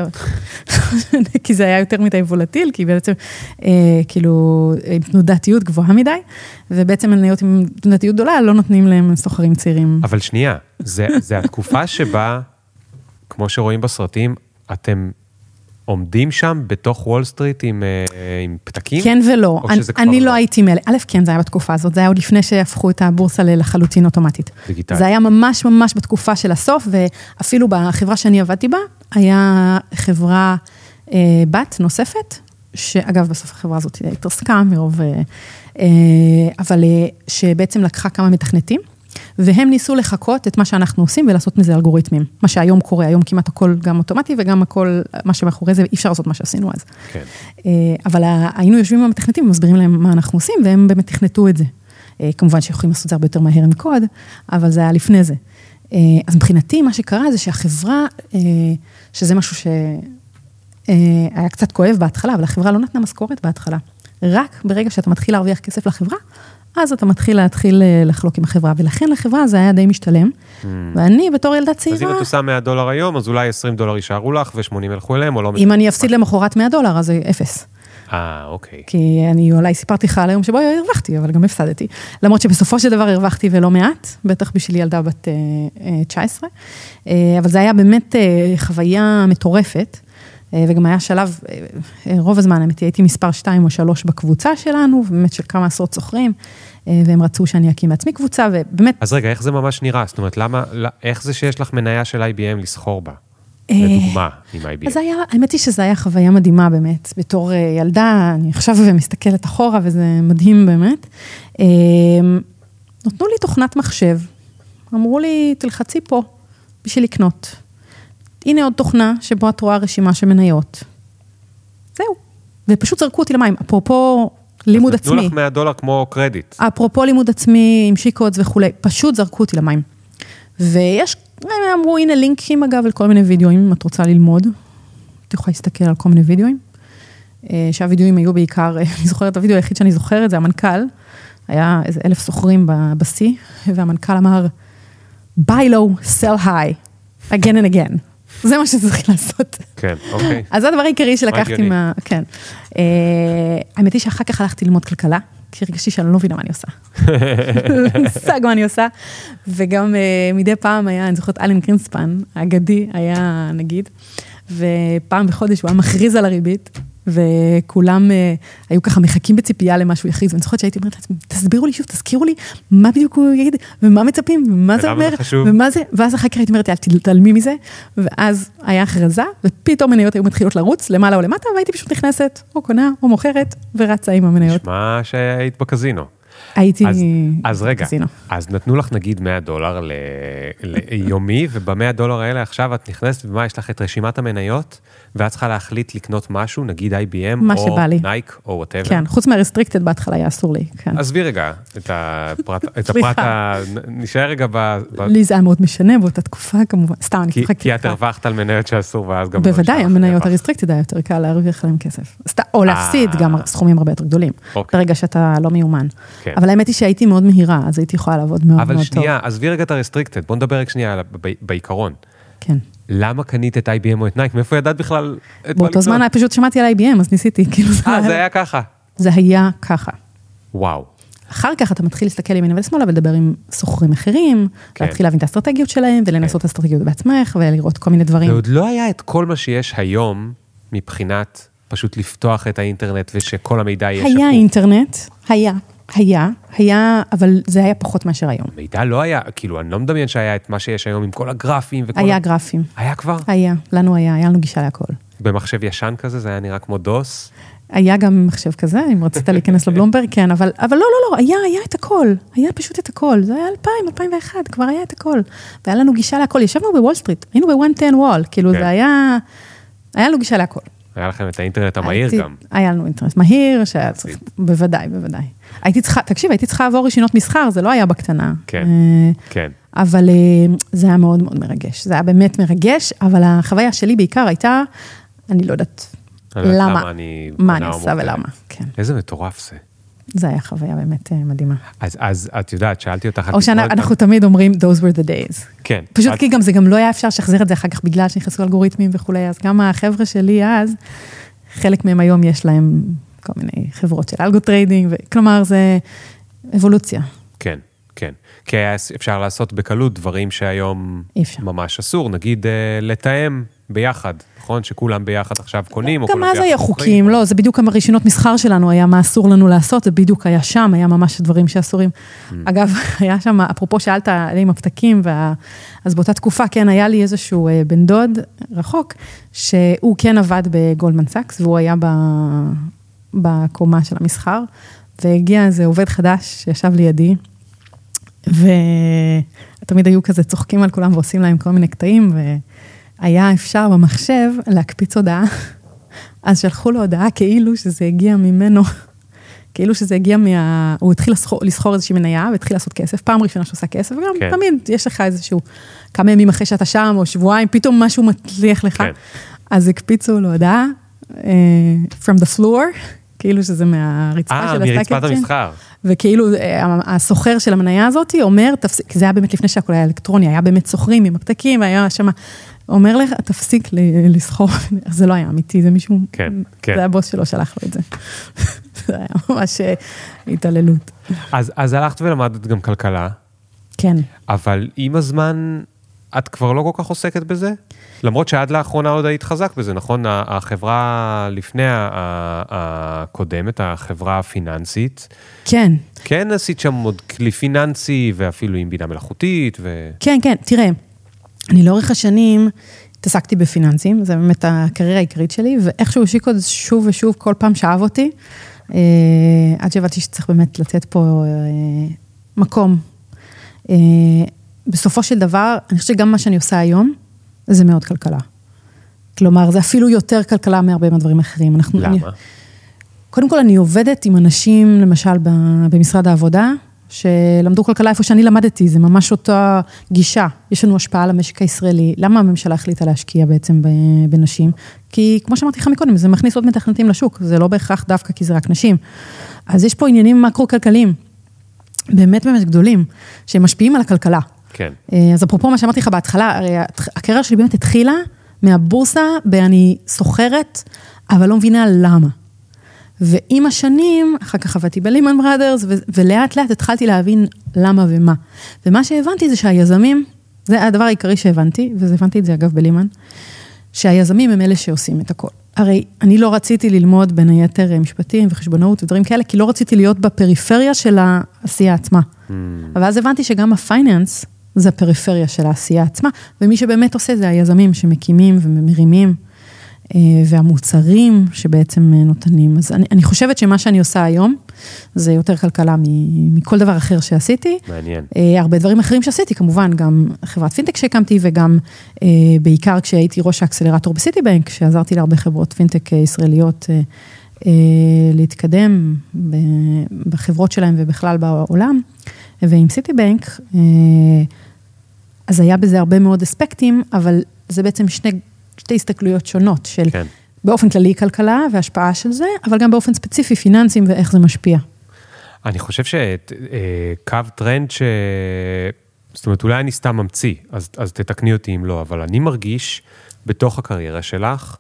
S2: כי זה היה יותר מדי וולטיל, כי בעצם, כאילו, עם תנודתיות גבוהה מדי, ובעצם מניות עם תנודתיות גדולה, לא נותנים להם סוחרים צעירים.
S1: אבל שנייה, זה התקופה שבה, כמו שרואים בסרטים, אתם עומדים שם בתוך וול סטריט עם, עם פתקים?
S2: כן ולא. אני, אני לא הייתי מאלה. א', כן, זה היה בתקופה הזאת. זה היה עוד לפני שהפכו את הבורסה לחלוטין אוטומטית.
S1: דיגיטלי.
S2: זה היה ממש ממש בתקופה של הסוף, ואפילו בחברה שאני עבדתי בה, היה חברה אה, בת נוספת, שאגב, בסוף החברה הזאת התרסקה מרוב, אה, אה, אבל אה, שבעצם לקחה כמה מתכנתים, והם ניסו לחכות את מה שאנחנו עושים, ולעשות מזה אלגוריתמים. מה שהיום קורה, היום כמעט הכל גם אוטומטי, וגם הכל, מה שמאחורי זה, אי אפשר לעשות מה שעשינו אז.
S1: כן.
S2: אבל היינו יושבים עם המתכנתים, ומסבירים להם מה אנחנו עושים, והם באמת תכנתו את זה. כמובן שיכולים לעשות זה הרבה יותר מהר מקוד, אבל זה היה לפני זה. אז מבחינתי, מה שקרה זה שהחברה, שזה משהו שהיה קצת כואב בהתחלה, אבל החברה לא נתנה משכורת בהתחלה. רק ברגע שאתה מתחיל להרוויח כסף לחברה, אז אתה מתחיל להתחיל לחלוק עם החברה, ולכן לחברה זה היה די משתלם, ואני בתור ילדה צעירה...
S1: אז אם את עושה מאה דולר היום, אז אולי עשרים דולר יישארו לך, ו-שמונים ילכו אליהם, או לא...
S2: אם אני אפסיד למחרת מאה דולר, אז זה אפס.
S1: אה, אוקיי.
S2: כי אני אולי סיפרתי לך על היום שבו הרווחתי, אבל גם הפסדתי. למרות שבסופו של דבר הרווחתי ולא מעט, בטח בשביל ילדה בת תשע עשרה, אבל זה היה באמת חוויה מטורפת, וגם היה שלב, רוב הזמן, האמת, הייתי מספר שתיים או שלוש בקבוצה שלנו, באמת של כמה עשרות סוחרים, והם רצו שאני אקים בעצמי קבוצה, ובאמת...
S1: אז רגע, איך זה ממש נראה? זאת אומרת, למה, איך זה שיש לך מניה של איי בי אם לסחור בה? לדוגמה, עם איי בי אם.
S2: אז היה, האמת היא שזו היה חוויה מדהימה באמת, בתור ילדה, אני עכשיו ומסתכלת אחורה, וזה מדהים באמת. נתנו לי תוכנת מחשב, אמרו לי, תלחצי פה, בשביל לקנות. הנה עוד תוכנה שבו את רואה רשימה של מניות. זהו. ופשוט זרקו אותי למים. אפרופו לימוד עצמי.
S1: נתנו לך מאה דולר כמו קרדיט.
S2: אפרופו לימוד עצמי, עם שיקות וכולי, פשוט זרקו אותי למים. ויש, הם אמרו, הנה לינקים אגב, לכל מיני וידאוים, אם את רוצה ללמוד. את יכולה להסתכל על כל מיני וידאוים. שהווידאוים היו בעיקר, אני זוכרת, את הוידאו היחיד שאני זוכרת, זה המנכ"ל, היה איזה אלף סוחרים בסי, והמנכ"ל אמר, buy low, sell high, again and again. זה מה שצריך לעשות.
S1: כן, אוקיי.
S2: אז זה הדבר העיקרי שלקחתי מה... כן. האמת היא שאחר כך הלכתי ללמוד כלכלה, כי הרגשתי שאני לא מבינה מה אני עושה. מושג מה אני עושה. וגם מדי פעם היה, אני זוכרת, אלן גרינספן, האגדי, היה נגיד, ופעם בחודש הוא היה מכריז על הריבית, וכולם היו ככה מחכים בציפייה למשהו יכריז, ואני זוכרת שהייתי אומרת לעצמי, תסבירו לי שוב, תזכירו לי, מה בדיוק הוא יגיד, ומה מצפים, ומה זה אומר, ומה זה, ואז אחר כך הייתי אומרת, אל תתעלמי מזה, ואז היה הכרזה, ופתאום מניות היו מתחילות לרוץ, למעלה או למטה, והייתי פשוט נכנסת, או קונה, או מוכרת, ורצה עם המניות.
S1: נשמע שהיית בקזינו.
S2: הייתי
S1: אז רגע, אז נתנו לך נגיד מאה דולר ליומי, ובמאה דולר האלה עכשיו את נכנסת, ומה יש לך את רשימת המניות, ואת צריכה להחליט לקנות משהו, נגיד איי בי אם, או נייק, או whatever.
S2: כן, חוץ מהרסטריקטד בהתחלה היה אסור לי.
S1: עזבי רגע, את הפרט, נשאר רגע ב...
S2: לי זה היה מאוד משנה באותה תקופה, כמובן, סתם, אני צוחקת.
S1: כי את הרווחת על מניות שאסור, ואז גם...
S2: בוודאי, המניות הרסטריקטד היה יותר קל להרוויח עליהם כסף. או להפסיד, גם סכומים הרבה יותר גדולים, ברגע שאתה לא מיומן. אבל האמת היא שהייתי מאוד מהירה, אז הייתי יכולה לעבוד מאוד מאוד טוב.
S1: אבל שנייה, עזבי רגע את הרסטריקטד, בוא נדבר רק שנייה בעיקרון.
S2: כן.
S1: למה קנית את איי בי אם או את נייק? מאיפה ידעת בכלל?
S2: באותו זמן פשוט שמעתי על איי בי אם, אז ניסיתי.
S1: אה, זה היה ככה.
S2: זה היה ככה.
S1: וואו.
S2: אחר כך אתה מתחיל להסתכל ימינה ולשמאלה, ולדבר עם סוחרים אחרים, להתחיל להבין את האסטרטגיות שלהם, ולנסות את האסטרטגיות בעצמך, ולראות כל מיני דברים.
S1: ועוד לא היה את כל מה שיש היום, מבחינת פשוט לפתוח את האינטרנט, ושכל המידע יהיה שקוף.
S2: היה אינטרנט, היה. היה, היה, אבל זה היה פחות מאשר היום.
S1: מידע לא היה, כאילו, אני לא מדמיין שהיה את מה שיש היום עם כל הגרפים וכל...
S2: היה גרפים.
S1: היה כבר?
S2: היה, לנו היה, היה לנו גישה להכל.
S1: במחשב ישן כזה, זה היה נראה כמו דוס?
S2: היה גם מחשב כזה, אם רצית להיכנס לבלומברג, כן, אבל, אבל לא, לא, לא, היה, היה את הכל, היה פשוט את הכל, זה היה אלפיים, אלפיים ואחת, כבר היה את הכל, והיה לנו גישה להכל, ישבנו בוול סטריט, היינו ב-מאה עשר וול, כאילו זה היה, היה לנו גישה להכל.
S1: היה לכם את האינטרנט המהיר גם.
S2: היה לנו אינטרנט מהיר, שהיה צריך, בוודאי, בוודאי. הייתי צריכה, תקשיב, הייתי צריכה לעבור רישיונות מסחר, זה לא היה בקטנה.
S1: כן, כן.
S2: אבל זה היה מאוד מאוד מרגש, זה היה באמת מרגש, אבל החוויה שלי בעיקר הייתה, אני לא יודעת למה, מה אני עושה ולמה.
S1: איזה מטורף זה.
S2: זה היה חוויה באמת מדהימה.
S1: אז, אז את יודעת, שאלתי אותך...
S2: או שאנחנו תמיד אומרים, those were the days.
S1: כן.
S2: פשוט כי גם זה גם לא היה אפשר שחזיר את זה אחר כך, בגלל שנכנסו אלגוריתמים וכולי, אז גם החבר'ה שלי אז, חלק מהם היום יש להם כל מיני חברות של אלגו טריידינג, כלומר זה אבולוציה.
S1: כן, כן. כי אפשר לעשות בקלות דברים שהיום ממש אסור, נגיד לתאם ביחד. נכון, שכולם ביחד עכשיו קונים.
S2: גם אז היה חוקים, לא, זה בדיוק הרישיונות מסחר שלנו, היה מה אסור לנו לעשות, זה בדיוק היה שם, היה ממש דברים שאסורים. אגב, היה שם, אפרופו שאלת עם הפתקים, אז באותה תקופה, כן, היה לי איזשהו בן דוד רחוק, שהוא כן עבד בגולדמן סאקס, והוא היה בקומה של המסחר, והגיע איזה עובד חדש שישב לידי, ותמיד היו כזה צוחקים על כולם ועושים להם כל מיני קטעים, ו... היה אפשר במחשב להקפיץ הודעה, אז שלחו לו הודעה כאילו שזה הגיע ממנו, כאילו שזה הגיע מה... הוא התחיל לסחור, לסחור איזושהי מניה, והתחיל לעשות כסף, פעם ראשונה שעושה כסף, וגם כן. תמיד יש לך איזשהו, כמה ימים אחרי שאתה שם, או שבועיים, פתאום משהו מצליח לך, כן. אז הקפיצו לו הודעה, uh, from the floor, כאילו שזה מהרצפה
S1: 아,
S2: של הסטאק אקסצ'יינג'. אה,
S1: מרצפת המסחר.
S2: וכאילו, הסוחר של המניה הזאת אומר, תפסיק, כי זה היה באמת לפני שהכל היה אלקטרוני, היה באמת סוחרים עם הפתקים, היה שם... אומר לך, תפסיק לסחור, זה לא היה אמיתי, זה מישהו,
S1: כן, כן.
S2: זה הבוס שלו שלח לו את זה. זה היה ממש התעללות.
S1: אז, אז הלכת ולמדת גם כלכלה.
S2: כן.
S1: אבל עם הזמן, את כבר לא כל כך עוסקת בזה? למרות שעד לאחרונה עוד היית חזק בזה, נכון? החברה לפני הקודמת, החברה הפיננסית.
S2: כן.
S1: כן, עשית שם עוד כלי פיננסי, ואפילו עם בינה מלאכותית. ו... כן,
S2: כן, תראה. אני לאורך השנים התעסקתי בפיננסים, זה באמת הקריירה העיקרית שלי, ואיכשהו שיקוד שוב ושוב כל פעם שאהב אותי, עד שהבנתי שצריך באמת לתת פה מקום. בסופו של דבר, אני חושבת שגם מה שאני עושה היום, זה מאוד כלכלה. כלומר, זה אפילו יותר כלכלה מהרבה מהדברים אחרים.
S1: למה?
S2: קודם כל, אני עובדת עם אנשים, למשל, במשרד העבודה, שלמדו כלכלה איפה שאני למדתי, זה ממש אותה גישה. יש לנו השפעה על המשק הישראלי. למה הממשלה החליטה להשקיע בעצם בנשים? כי, כמו שאמרתי לך מקודם, זה מכניס עוד מתכנתים לשוק, זה לא בהכרח דווקא כי זה רק נשים. אז יש פה עניינים מקרו-כלכליים, באמת באמת גדולים, שהם משפיעים על הכלכלה.
S1: כן.
S2: אז אפרופו מה שאמרתי לך בהתחלה, הרי הקריירה שלי באמת התחילה מהבורסה, ואני סוחרת, אבל לא מבינה למה. ועם השנים, אחר כך עבדתי בלימן בראדרס, ולאט לאט התחלתי להבין למה ומה. ומה שהבנתי זה שהיזמים, זה הדבר העיקרי שהבנתי, והבנתי את זה אגב בלימן, שהיזמים הם אלה שעושים את הכל. הרי אני לא רציתי ללמוד בין היתר משפטים וחשבונאות ודברים כאלה, כי לא רציתי להיות בפריפריה של העשייה עצמה. Mm. אבל אז הבנתי שגם הפייננס זה הפריפריה של העשייה עצמה, ומי שבאמת עושה זה היזמים שמקימים ומרימים, והמוצרים שבעצם נותנים. אז אני, אני חושבת שמה שאני עושה היום, זה יותר כלכלה מכל דבר אחר שעשיתי.
S1: מעניין.
S2: הרבה דברים אחרים שעשיתי, כמובן, גם חברת פינטק שהקמתי, וגם בעיקר כשהייתי ראש האקסלרטור בסיטי בנק, שעזרתי להרבה חברות פינטק ישראליות להתקדם בחברות שלהם ובכלל בעולם. ועם סיטי בנק, אז היה בזה הרבה מאוד אספקטים, אבל זה בעצם שני שתי הסתכלויות שונות של כן. באופן כללי כלכלה והשפעה של זה, אבל גם באופן ספציפי פיננסים ואיך זה משפיע.
S1: אני חושב שקו טרנד ש... זאת אומרת, אולי אני סתם ממציא, אז, אז תתקני אותי אם לא, אבל אני מרגיש בתוך הקריירה שלך,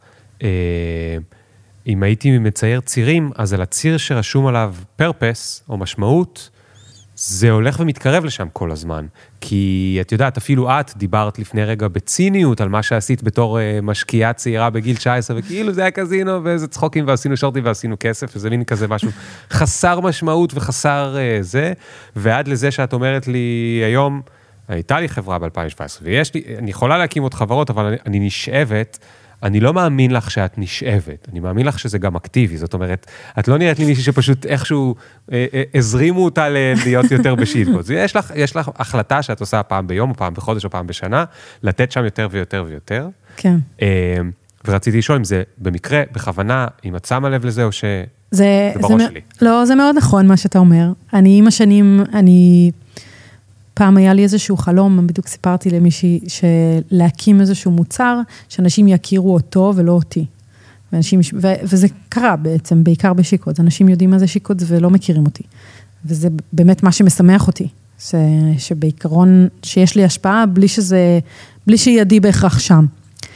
S1: אם הייתי מצייר צירים, אז על הציר שרשום עליו פרפס או משמעות, זה הולך ומתקרב לשם כל הזמן, כי את יודעת, אפילו את דיברת לפני רגע בציניות על מה שעשית בתור משקיעה צעירה בגיל תשע עשרה, וכאילו זה היה קזינו, ואיזה צחוקים, ועשינו שורטים ועשינו כסף, וזה מין כזה משהו חסר משמעות וחסר זה, ועד לזה שאת אומרת לי היום, הייתה לי חברה ב-אלפיים שבע עשרה, ויש לי, אני יכולה להקים עוד חברות, אבל אני, אני נשאבת, אני לא מאמין לך שאת נשאבת, אני מאמין לך שזה גם אקטיבי, זאת אומרת, את לא נראית לי מישהי שפשוט איכשהו אה, אה, הזרימו אותה להיות יותר בשיטקוד. יש לך, יש לך החלטה שאת עושה פעם ביום, או פעם בחודש, או פעם בשנה, לתת שם יותר ויותר ויותר.
S2: כן.
S1: אה, ורציתי לשאול אם זה במקרה, בכוונה, אם את שמה לב לזה, או שזה
S2: זה,
S1: בראש
S2: זה,
S1: שלי.
S2: לא, זה מאוד נכון מה שאתה אומר. אני עם השנים, אני... פעם היה לי איזשהו חלום, בדיוק סיפרתי למישהי, שלהקים איזשהו מוצר, שאנשים יכירו אותו ולא אותי. ואנשים, ו, וזה קרה בעצם, בעיקר בשיקוד. אנשים יודעים מה זה שיקוד ולא מכירים אותי. וזה באמת מה שמשמח אותי. ש, שבעיקרון, שיש לי השפעה, בלי שזה, בלי שידי בהכרח שם.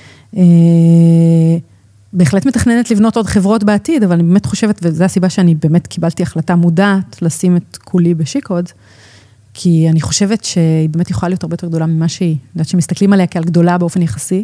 S2: בהחלט מתכננת לבנות עוד חברות בעתיד, אבל אני באמת חושבת, וזו הסיבה שאני באמת קיבלתי החלטה מודעת, לשים את כולי בשיקוד, כי אני חושבת שהיא באמת יכולה להיות הרבה יותר גדולה ממה שהיא. אני יודעת שמסתכלים עליה כעל גדולה באופן יחסי,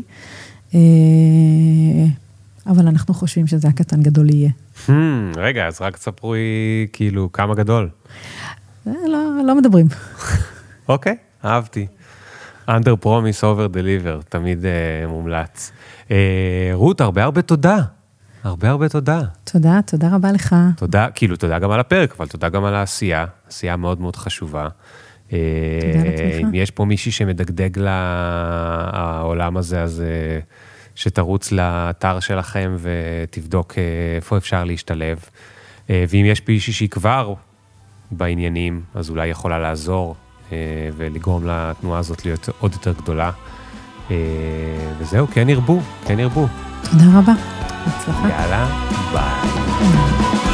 S2: אבל אנחנו חושבים שזה הקטן גדול יהיה.
S1: רגע, אז רק תספרו לי כאילו כמה גדול.
S2: לא, לא מדברים.
S1: אוקיי, אהבתי. Under promise over deliver, תמיד מומלץ. רות, הרבה הרבה תודה. הרבה הרבה תודה.
S2: תודה, תודה רבה לך.
S1: תודה, כאילו תודה גם על הפרק, אבל תודה גם על העשייה, עשייה מאוד מאוד חשובה.
S2: תודה לתמיכה.
S1: אם יש פה מישהי שמדגדג לעולם הזה, אז שתרוץ לאתר שלכם ותבדוק איפה אפשר להשתלב. ואם יש מישהי שהיא כבר בעניינים, אז אולי יכולה לעזור ולגרום לתנועה הזאת להיות עוד יותר גדולה. וזהו, כן ירבו, כן ירבו.
S2: תודה רבה. הצלחה.
S1: יאללה, ביי.